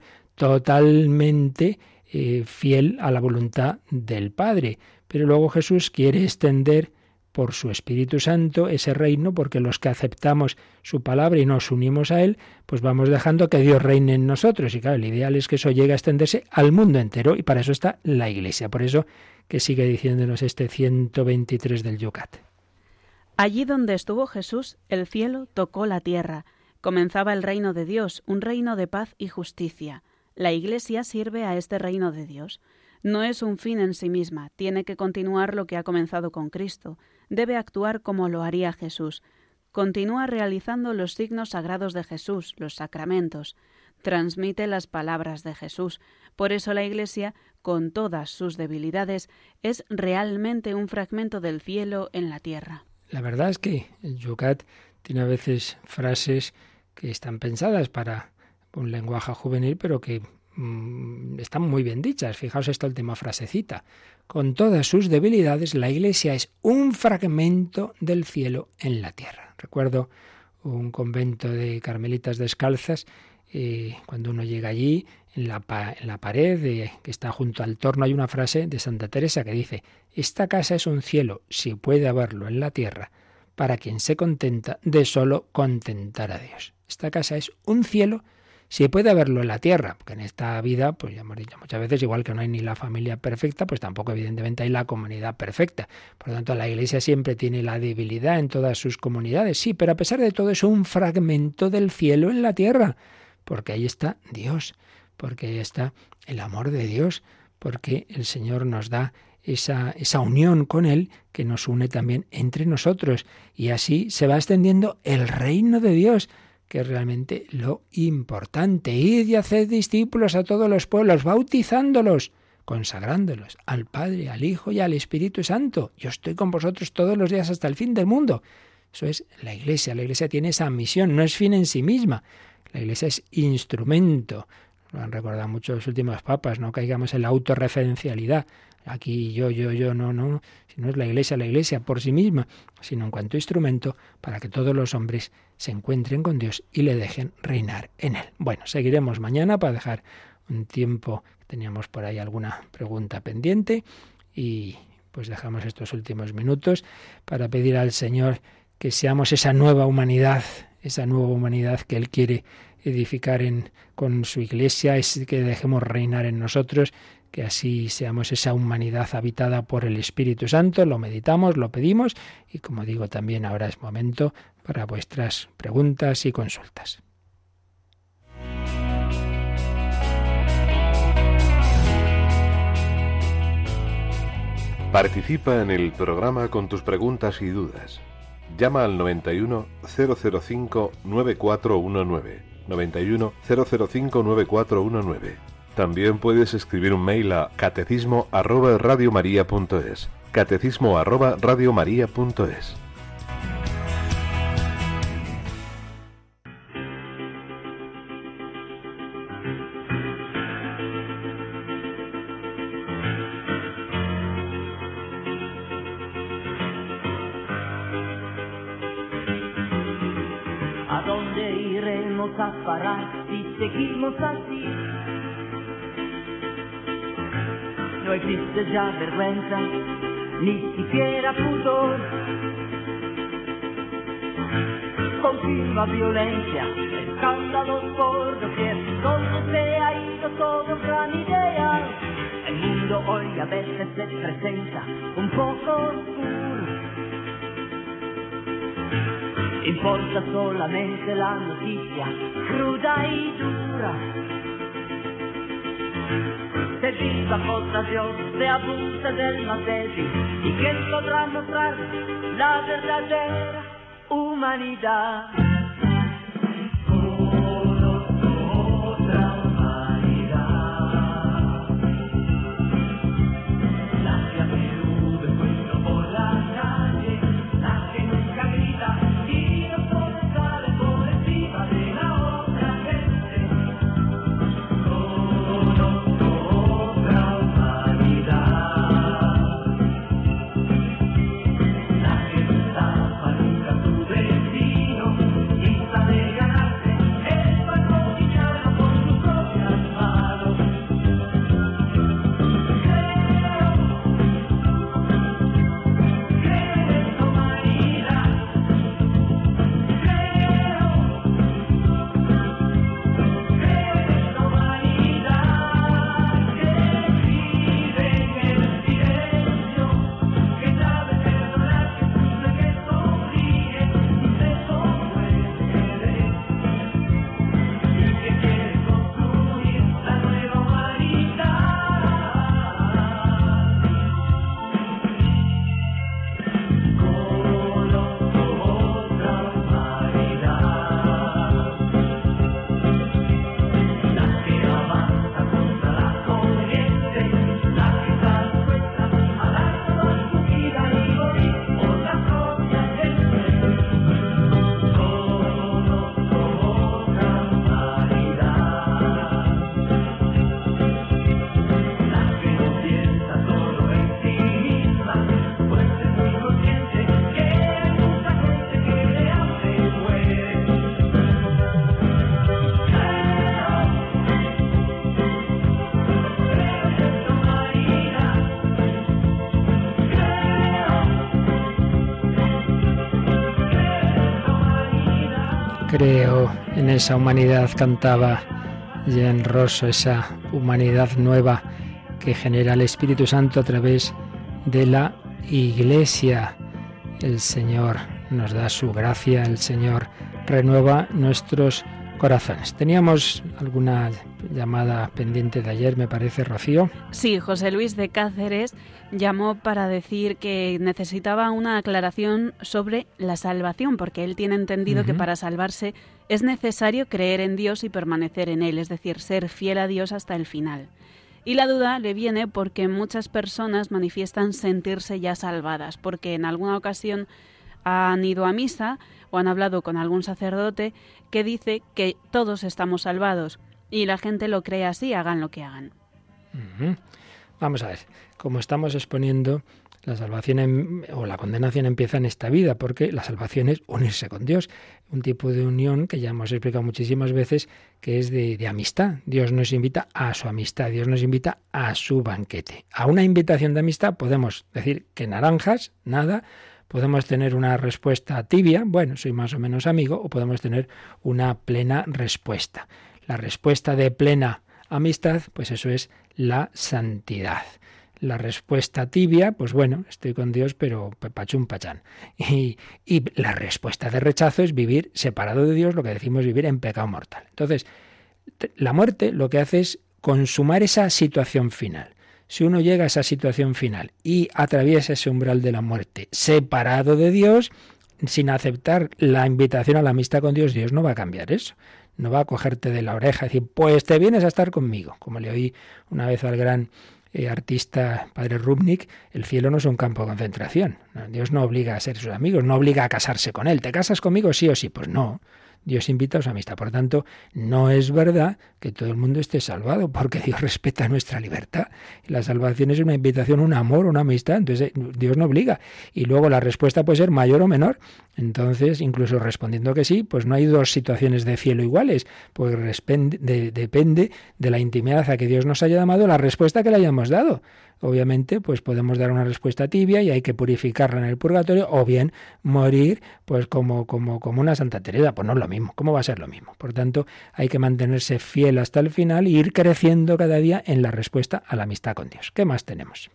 totalmente eh, fiel a la voluntad del Padre, pero luego Jesús quiere extender por su Espíritu Santo ese reino, porque los que aceptamos su palabra y nos unimos a Él, pues vamos dejando que Dios reine en nosotros. Y claro, el ideal es que eso llegue a extenderse al mundo entero, y para eso está la Iglesia. Por eso que sigue diciéndonos este ciento veintitrés del Yucat. Allí donde estuvo Jesús, el cielo tocó la tierra. Comenzaba el reino de Dios, un reino de paz y justicia. La Iglesia sirve a este reino de Dios. No es un fin en sí misma, tiene que continuar lo que ha comenzado con Cristo. Debe actuar como lo haría Jesús. Continúa realizando los signos sagrados de Jesús, los sacramentos. Transmite las palabras de Jesús. Por eso la Iglesia, con todas sus debilidades, es realmente un fragmento del cielo en la tierra. La verdad es que el Yucat tiene a veces frases que están pensadas para un lenguaje juvenil, pero que mmm, están muy bien dichas. Fijaos esta última frasecita. Con todas sus debilidades, la Iglesia es un fragmento del cielo en la tierra. Recuerdo un convento de carmelitas descalzas, eh, cuando uno llega allí, en la, pa- en la pared de, que está junto al torno hay una frase de Santa Teresa que dice: esta casa es un cielo, si puede haberlo en la tierra, para quien se contenta de solo contentar a Dios. Esta casa es un cielo, si puede haberlo en la tierra, porque en esta vida, pues ya hemos dicho muchas veces, igual que no hay ni la familia perfecta, pues tampoco evidentemente hay la comunidad perfecta. Por lo tanto, la Iglesia siempre tiene la debilidad en todas sus comunidades, sí, pero a pesar de todo es un fragmento del cielo en la tierra, porque ahí está Dios, porque ahí está el amor de Dios, porque el Señor nos da esa, esa unión con Él que nos une también entre nosotros, y así se va extendiendo el reino de Dios, que es realmente lo importante. Id y haced discípulos a todos los pueblos, bautizándolos, consagrándolos al Padre, al Hijo y al Espíritu Santo. Yo estoy con vosotros todos los días hasta el fin del mundo. Eso es la Iglesia. La Iglesia tiene esa misión, no es fin en sí misma. La Iglesia es instrumento. Lo han recordado mucho los últimos papas, no caigamos en la autorreferencialidad. Aquí yo, yo, yo, no, no. Si no es la Iglesia, la Iglesia por sí misma, sino en cuanto instrumento para que todos los hombres se encuentren con Dios y le dejen reinar en Él. Bueno, seguiremos mañana para dejar un tiempo. Teníamos por ahí alguna pregunta pendiente y pues dejamos estos últimos minutos para pedir al Señor que seamos esa nueva humanidad, esa nueva humanidad que Él quiere edificar en, con su Iglesia, es que dejemos reinar en nosotros, que así seamos esa humanidad habitada por el Espíritu Santo. Lo meditamos, lo pedimos y, como digo, también ahora es momento para vuestras preguntas y consultas. Participa en el programa con tus preguntas y dudas. Llama al noventa y uno, cero cero cinco, noventa y cuatro diecinueve, noventa y uno, cero cero cinco, noventa y cuatro diecinueve. También puedes escribir un mail a catecismo arroba radiomaria punto es, catecismo arroba radiomaria punto es. ¿A dónde iremos a parar si seguimos así? No existe ya vergüenza, ni siquiera pudor. Continua violencia, escándalos por doquier, todo se ha ido, todo gran idea. El mundo hoy a veces se presenta un poco oscuro. Importa solamente la noticia cruda y dura. Se viva contra Dios, se abuse del más débil, y quién podrá mostrar la verdadera humanidad. Humanidad. Creo en esa humanidad, cantaba Jean Rosso, esa humanidad nueva que genera el Espíritu Santo a través de la Iglesia. El Señor nos da su gracia, el Señor renueva nuestros corazones. Teníamos alguna llamada pendiente de ayer, me parece, Rocío. Sí, José Luis de Cáceres llamó para decir que necesitaba una aclaración sobre la salvación, porque él tiene entendido uh-huh. que para salvarse es necesario creer en Dios y permanecer en Él, es decir, ser fiel a Dios hasta el final. Y la duda le viene porque muchas personas manifiestan sentirse ya salvadas, porque en alguna ocasión han ido a misa o han hablado con algún sacerdote que dice que todos estamos salvados y la gente lo cree así, hagan lo que hagan. Uh-huh. Vamos a ver, como estamos exponiendo, la salvación en, o la condenación empieza en esta vida, porque la salvación es unirse con Dios, un tipo de unión que ya hemos explicado muchísimas veces, que es de, de amistad. Dios nos invita a su amistad, Dios nos invita a su banquete. A una invitación de amistad podemos decir que naranjas, nada. Podemos tener una respuesta tibia, bueno, soy más o menos amigo, o podemos tener una plena respuesta. La respuesta de plena amistad, pues eso es la santidad. La respuesta tibia, pues bueno, estoy con Dios, pero pachún pachán. Y, y la respuesta de rechazo es vivir separado de Dios, lo que decimos vivir en pecado mortal. Entonces, la muerte lo que hace es consumar esa situación final. Si uno llega a esa situación final y atraviesa ese umbral de la muerte separado de Dios, sin aceptar la invitación a la amistad con Dios, Dios no va a cambiar eso. No va a cogerte de la oreja y decir, pues te vienes a estar conmigo. Como le oí una vez al gran eh, artista padre Rubnik, el cielo no es un campo de concentración. No, Dios no obliga a ser sus amigos, no obliga a casarse con él. ¿Te casas conmigo sí o sí? Pues no. Dios invita a su amistad. Por tanto, no es verdad que todo el mundo esté salvado, porque Dios respeta nuestra libertad. La salvación es una invitación, un amor, una amistad. Entonces, Dios no obliga. Y luego la respuesta puede ser mayor o menor. Entonces, incluso respondiendo que sí, pues no hay dos situaciones de cielo iguales, pues depende de, depende de la intimidad a que Dios nos haya llamado, la respuesta que le hayamos dado. Obviamente, pues podemos dar una respuesta tibia y hay que purificarla en el purgatorio, o bien morir pues como, como, como una Santa Teresa. Pues no es lo mismo. ¿Cómo va a ser lo mismo? Por tanto, hay que mantenerse fiel hasta el final e ir creciendo cada día en la respuesta a la amistad con Dios. ¿Qué más tenemos?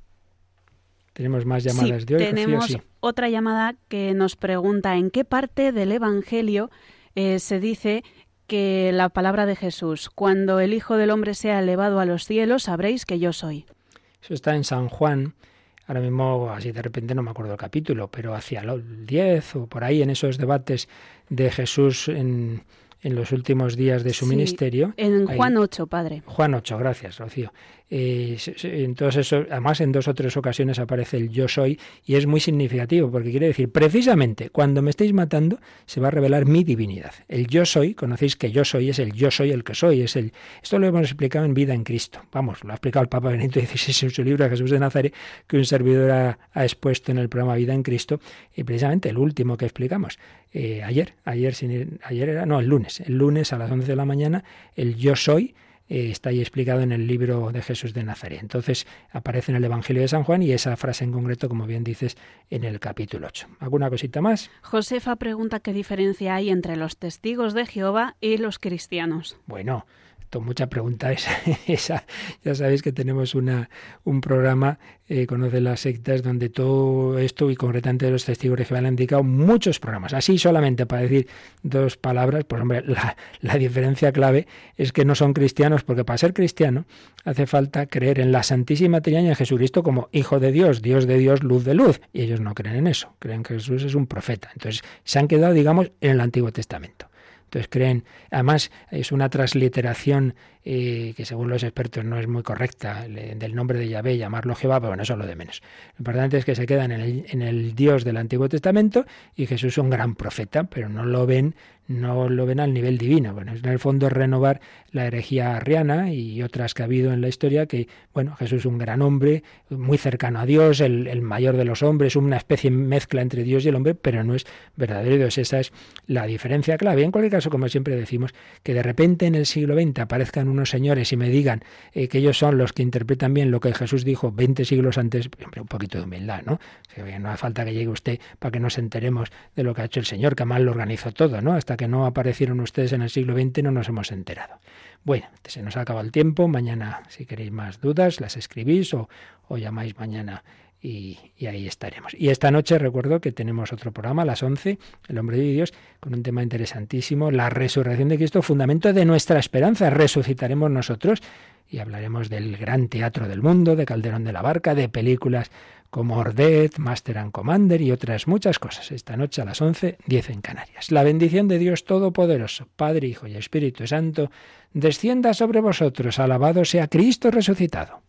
¿Tenemos más llamadas sí, de hoy? Tenemos Rocío? Sí. Otra llamada que nos pregunta en qué parte del Evangelio eh, se dice que la palabra de Jesús, cuando el Hijo del Hombre sea elevado a los cielos, sabréis que yo soy. Eso está en San Juan, ahora mismo así de repente no me acuerdo el capítulo, pero hacia el diez o por ahí en esos debates de Jesús en, en los últimos días de su sí, ministerio. En Juan ahí, ocho, padre. Juan ocho, gracias, Rocío. Eh, entonces, eso, además en dos o tres ocasiones aparece el yo soy y es muy significativo porque quiere decir, precisamente cuando me estéis matando se va a revelar mi divinidad. El yo soy, conocéis que yo soy, es el yo soy el que soy, es el. Esto lo hemos explicado en Vida en Cristo. Vamos, lo ha explicado el Papa Benedicto dieciséis en su libro Jesús de Nazaret, que un servidor ha, ha expuesto en el programa Vida en Cristo, y precisamente el último que explicamos eh, ayer, ayer, sin, ayer era, no, el lunes, el lunes a las once de la mañana, el yo soy. Eh, está ahí explicado en el libro de Jesús de Nazaret. Entonces aparece en el Evangelio de San Juan y esa frase en concreto, como bien dices, en el capítulo ocho. ¿Alguna cosita más? Josefa pregunta qué diferencia hay entre los testigos de Jehová y los cristianos. Bueno, esto, mucha pregunta esa, esa. Ya sabéis que tenemos una, un programa, eh, Conoce las sectas, donde todo esto y concretamente los testigos de Jehová le han dedicado muchos programas. Así solamente para decir dos palabras, pues hombre, la, la diferencia clave es que no son cristianos, porque para ser cristiano hace falta creer en la Santísima Trinidad y en Jesucristo como Hijo de Dios, Dios de Dios, luz de luz. Y ellos no creen en eso, creen que Jesús es un profeta. Entonces se han quedado, digamos, en el Antiguo Testamento. Entonces creen, además es una transliteración eh, que según los expertos no es muy correcta, le, del nombre de Yahvé, llamarlo Jehová, pero bueno, eso es lo de menos. Lo importante es que se quedan en el, en el Dios del Antiguo Testamento y Jesús es un gran profeta, pero no lo ven no lo ven al nivel divino. Bueno, en el fondo es renovar la herejía arriana y otras que ha habido en la historia, que, bueno, Jesús es un gran hombre, muy cercano a Dios, el, el mayor de los hombres, una especie de mezcla entre Dios y el hombre, pero no es verdadero Dios. Esa es la diferencia clave. En cualquier caso, como siempre decimos, que de repente en el siglo veinte aparezcan unos señores y me digan eh, que ellos son los que interpretan bien lo que Jesús dijo veinte siglos antes, un poquito de humildad, ¿no? Que no hace falta que llegue usted para que nos enteremos de lo que ha hecho el Señor, que mal lo organizó todo, ¿no? Hasta que no aparecieron ustedes en el siglo veinte no nos hemos enterado. Bueno, se nos ha acabado el tiempo. Mañana, si queréis más dudas, las escribís o, o llamáis mañana y, y ahí estaremos. Y esta noche recuerdo que tenemos otro programa a las once, El hombre de Dios, con un tema interesantísimo, la resurrección de Cristo, fundamento de nuestra esperanza. Resucitaremos nosotros y hablaremos del gran teatro del mundo, de Calderón de la Barca, de películas como Ordet, Master and Commander y otras muchas cosas. Esta noche a las once, diez en Canarias. La bendición de Dios Todopoderoso, Padre, Hijo y Espíritu Santo, descienda sobre vosotros. Alabado sea Cristo resucitado.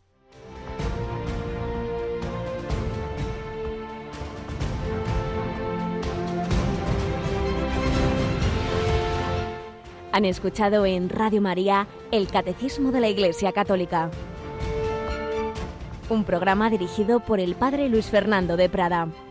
Han escuchado en Radio María el Catecismo de la Iglesia Católica, un programa dirigido por el Padre Luis Fernando de Prada.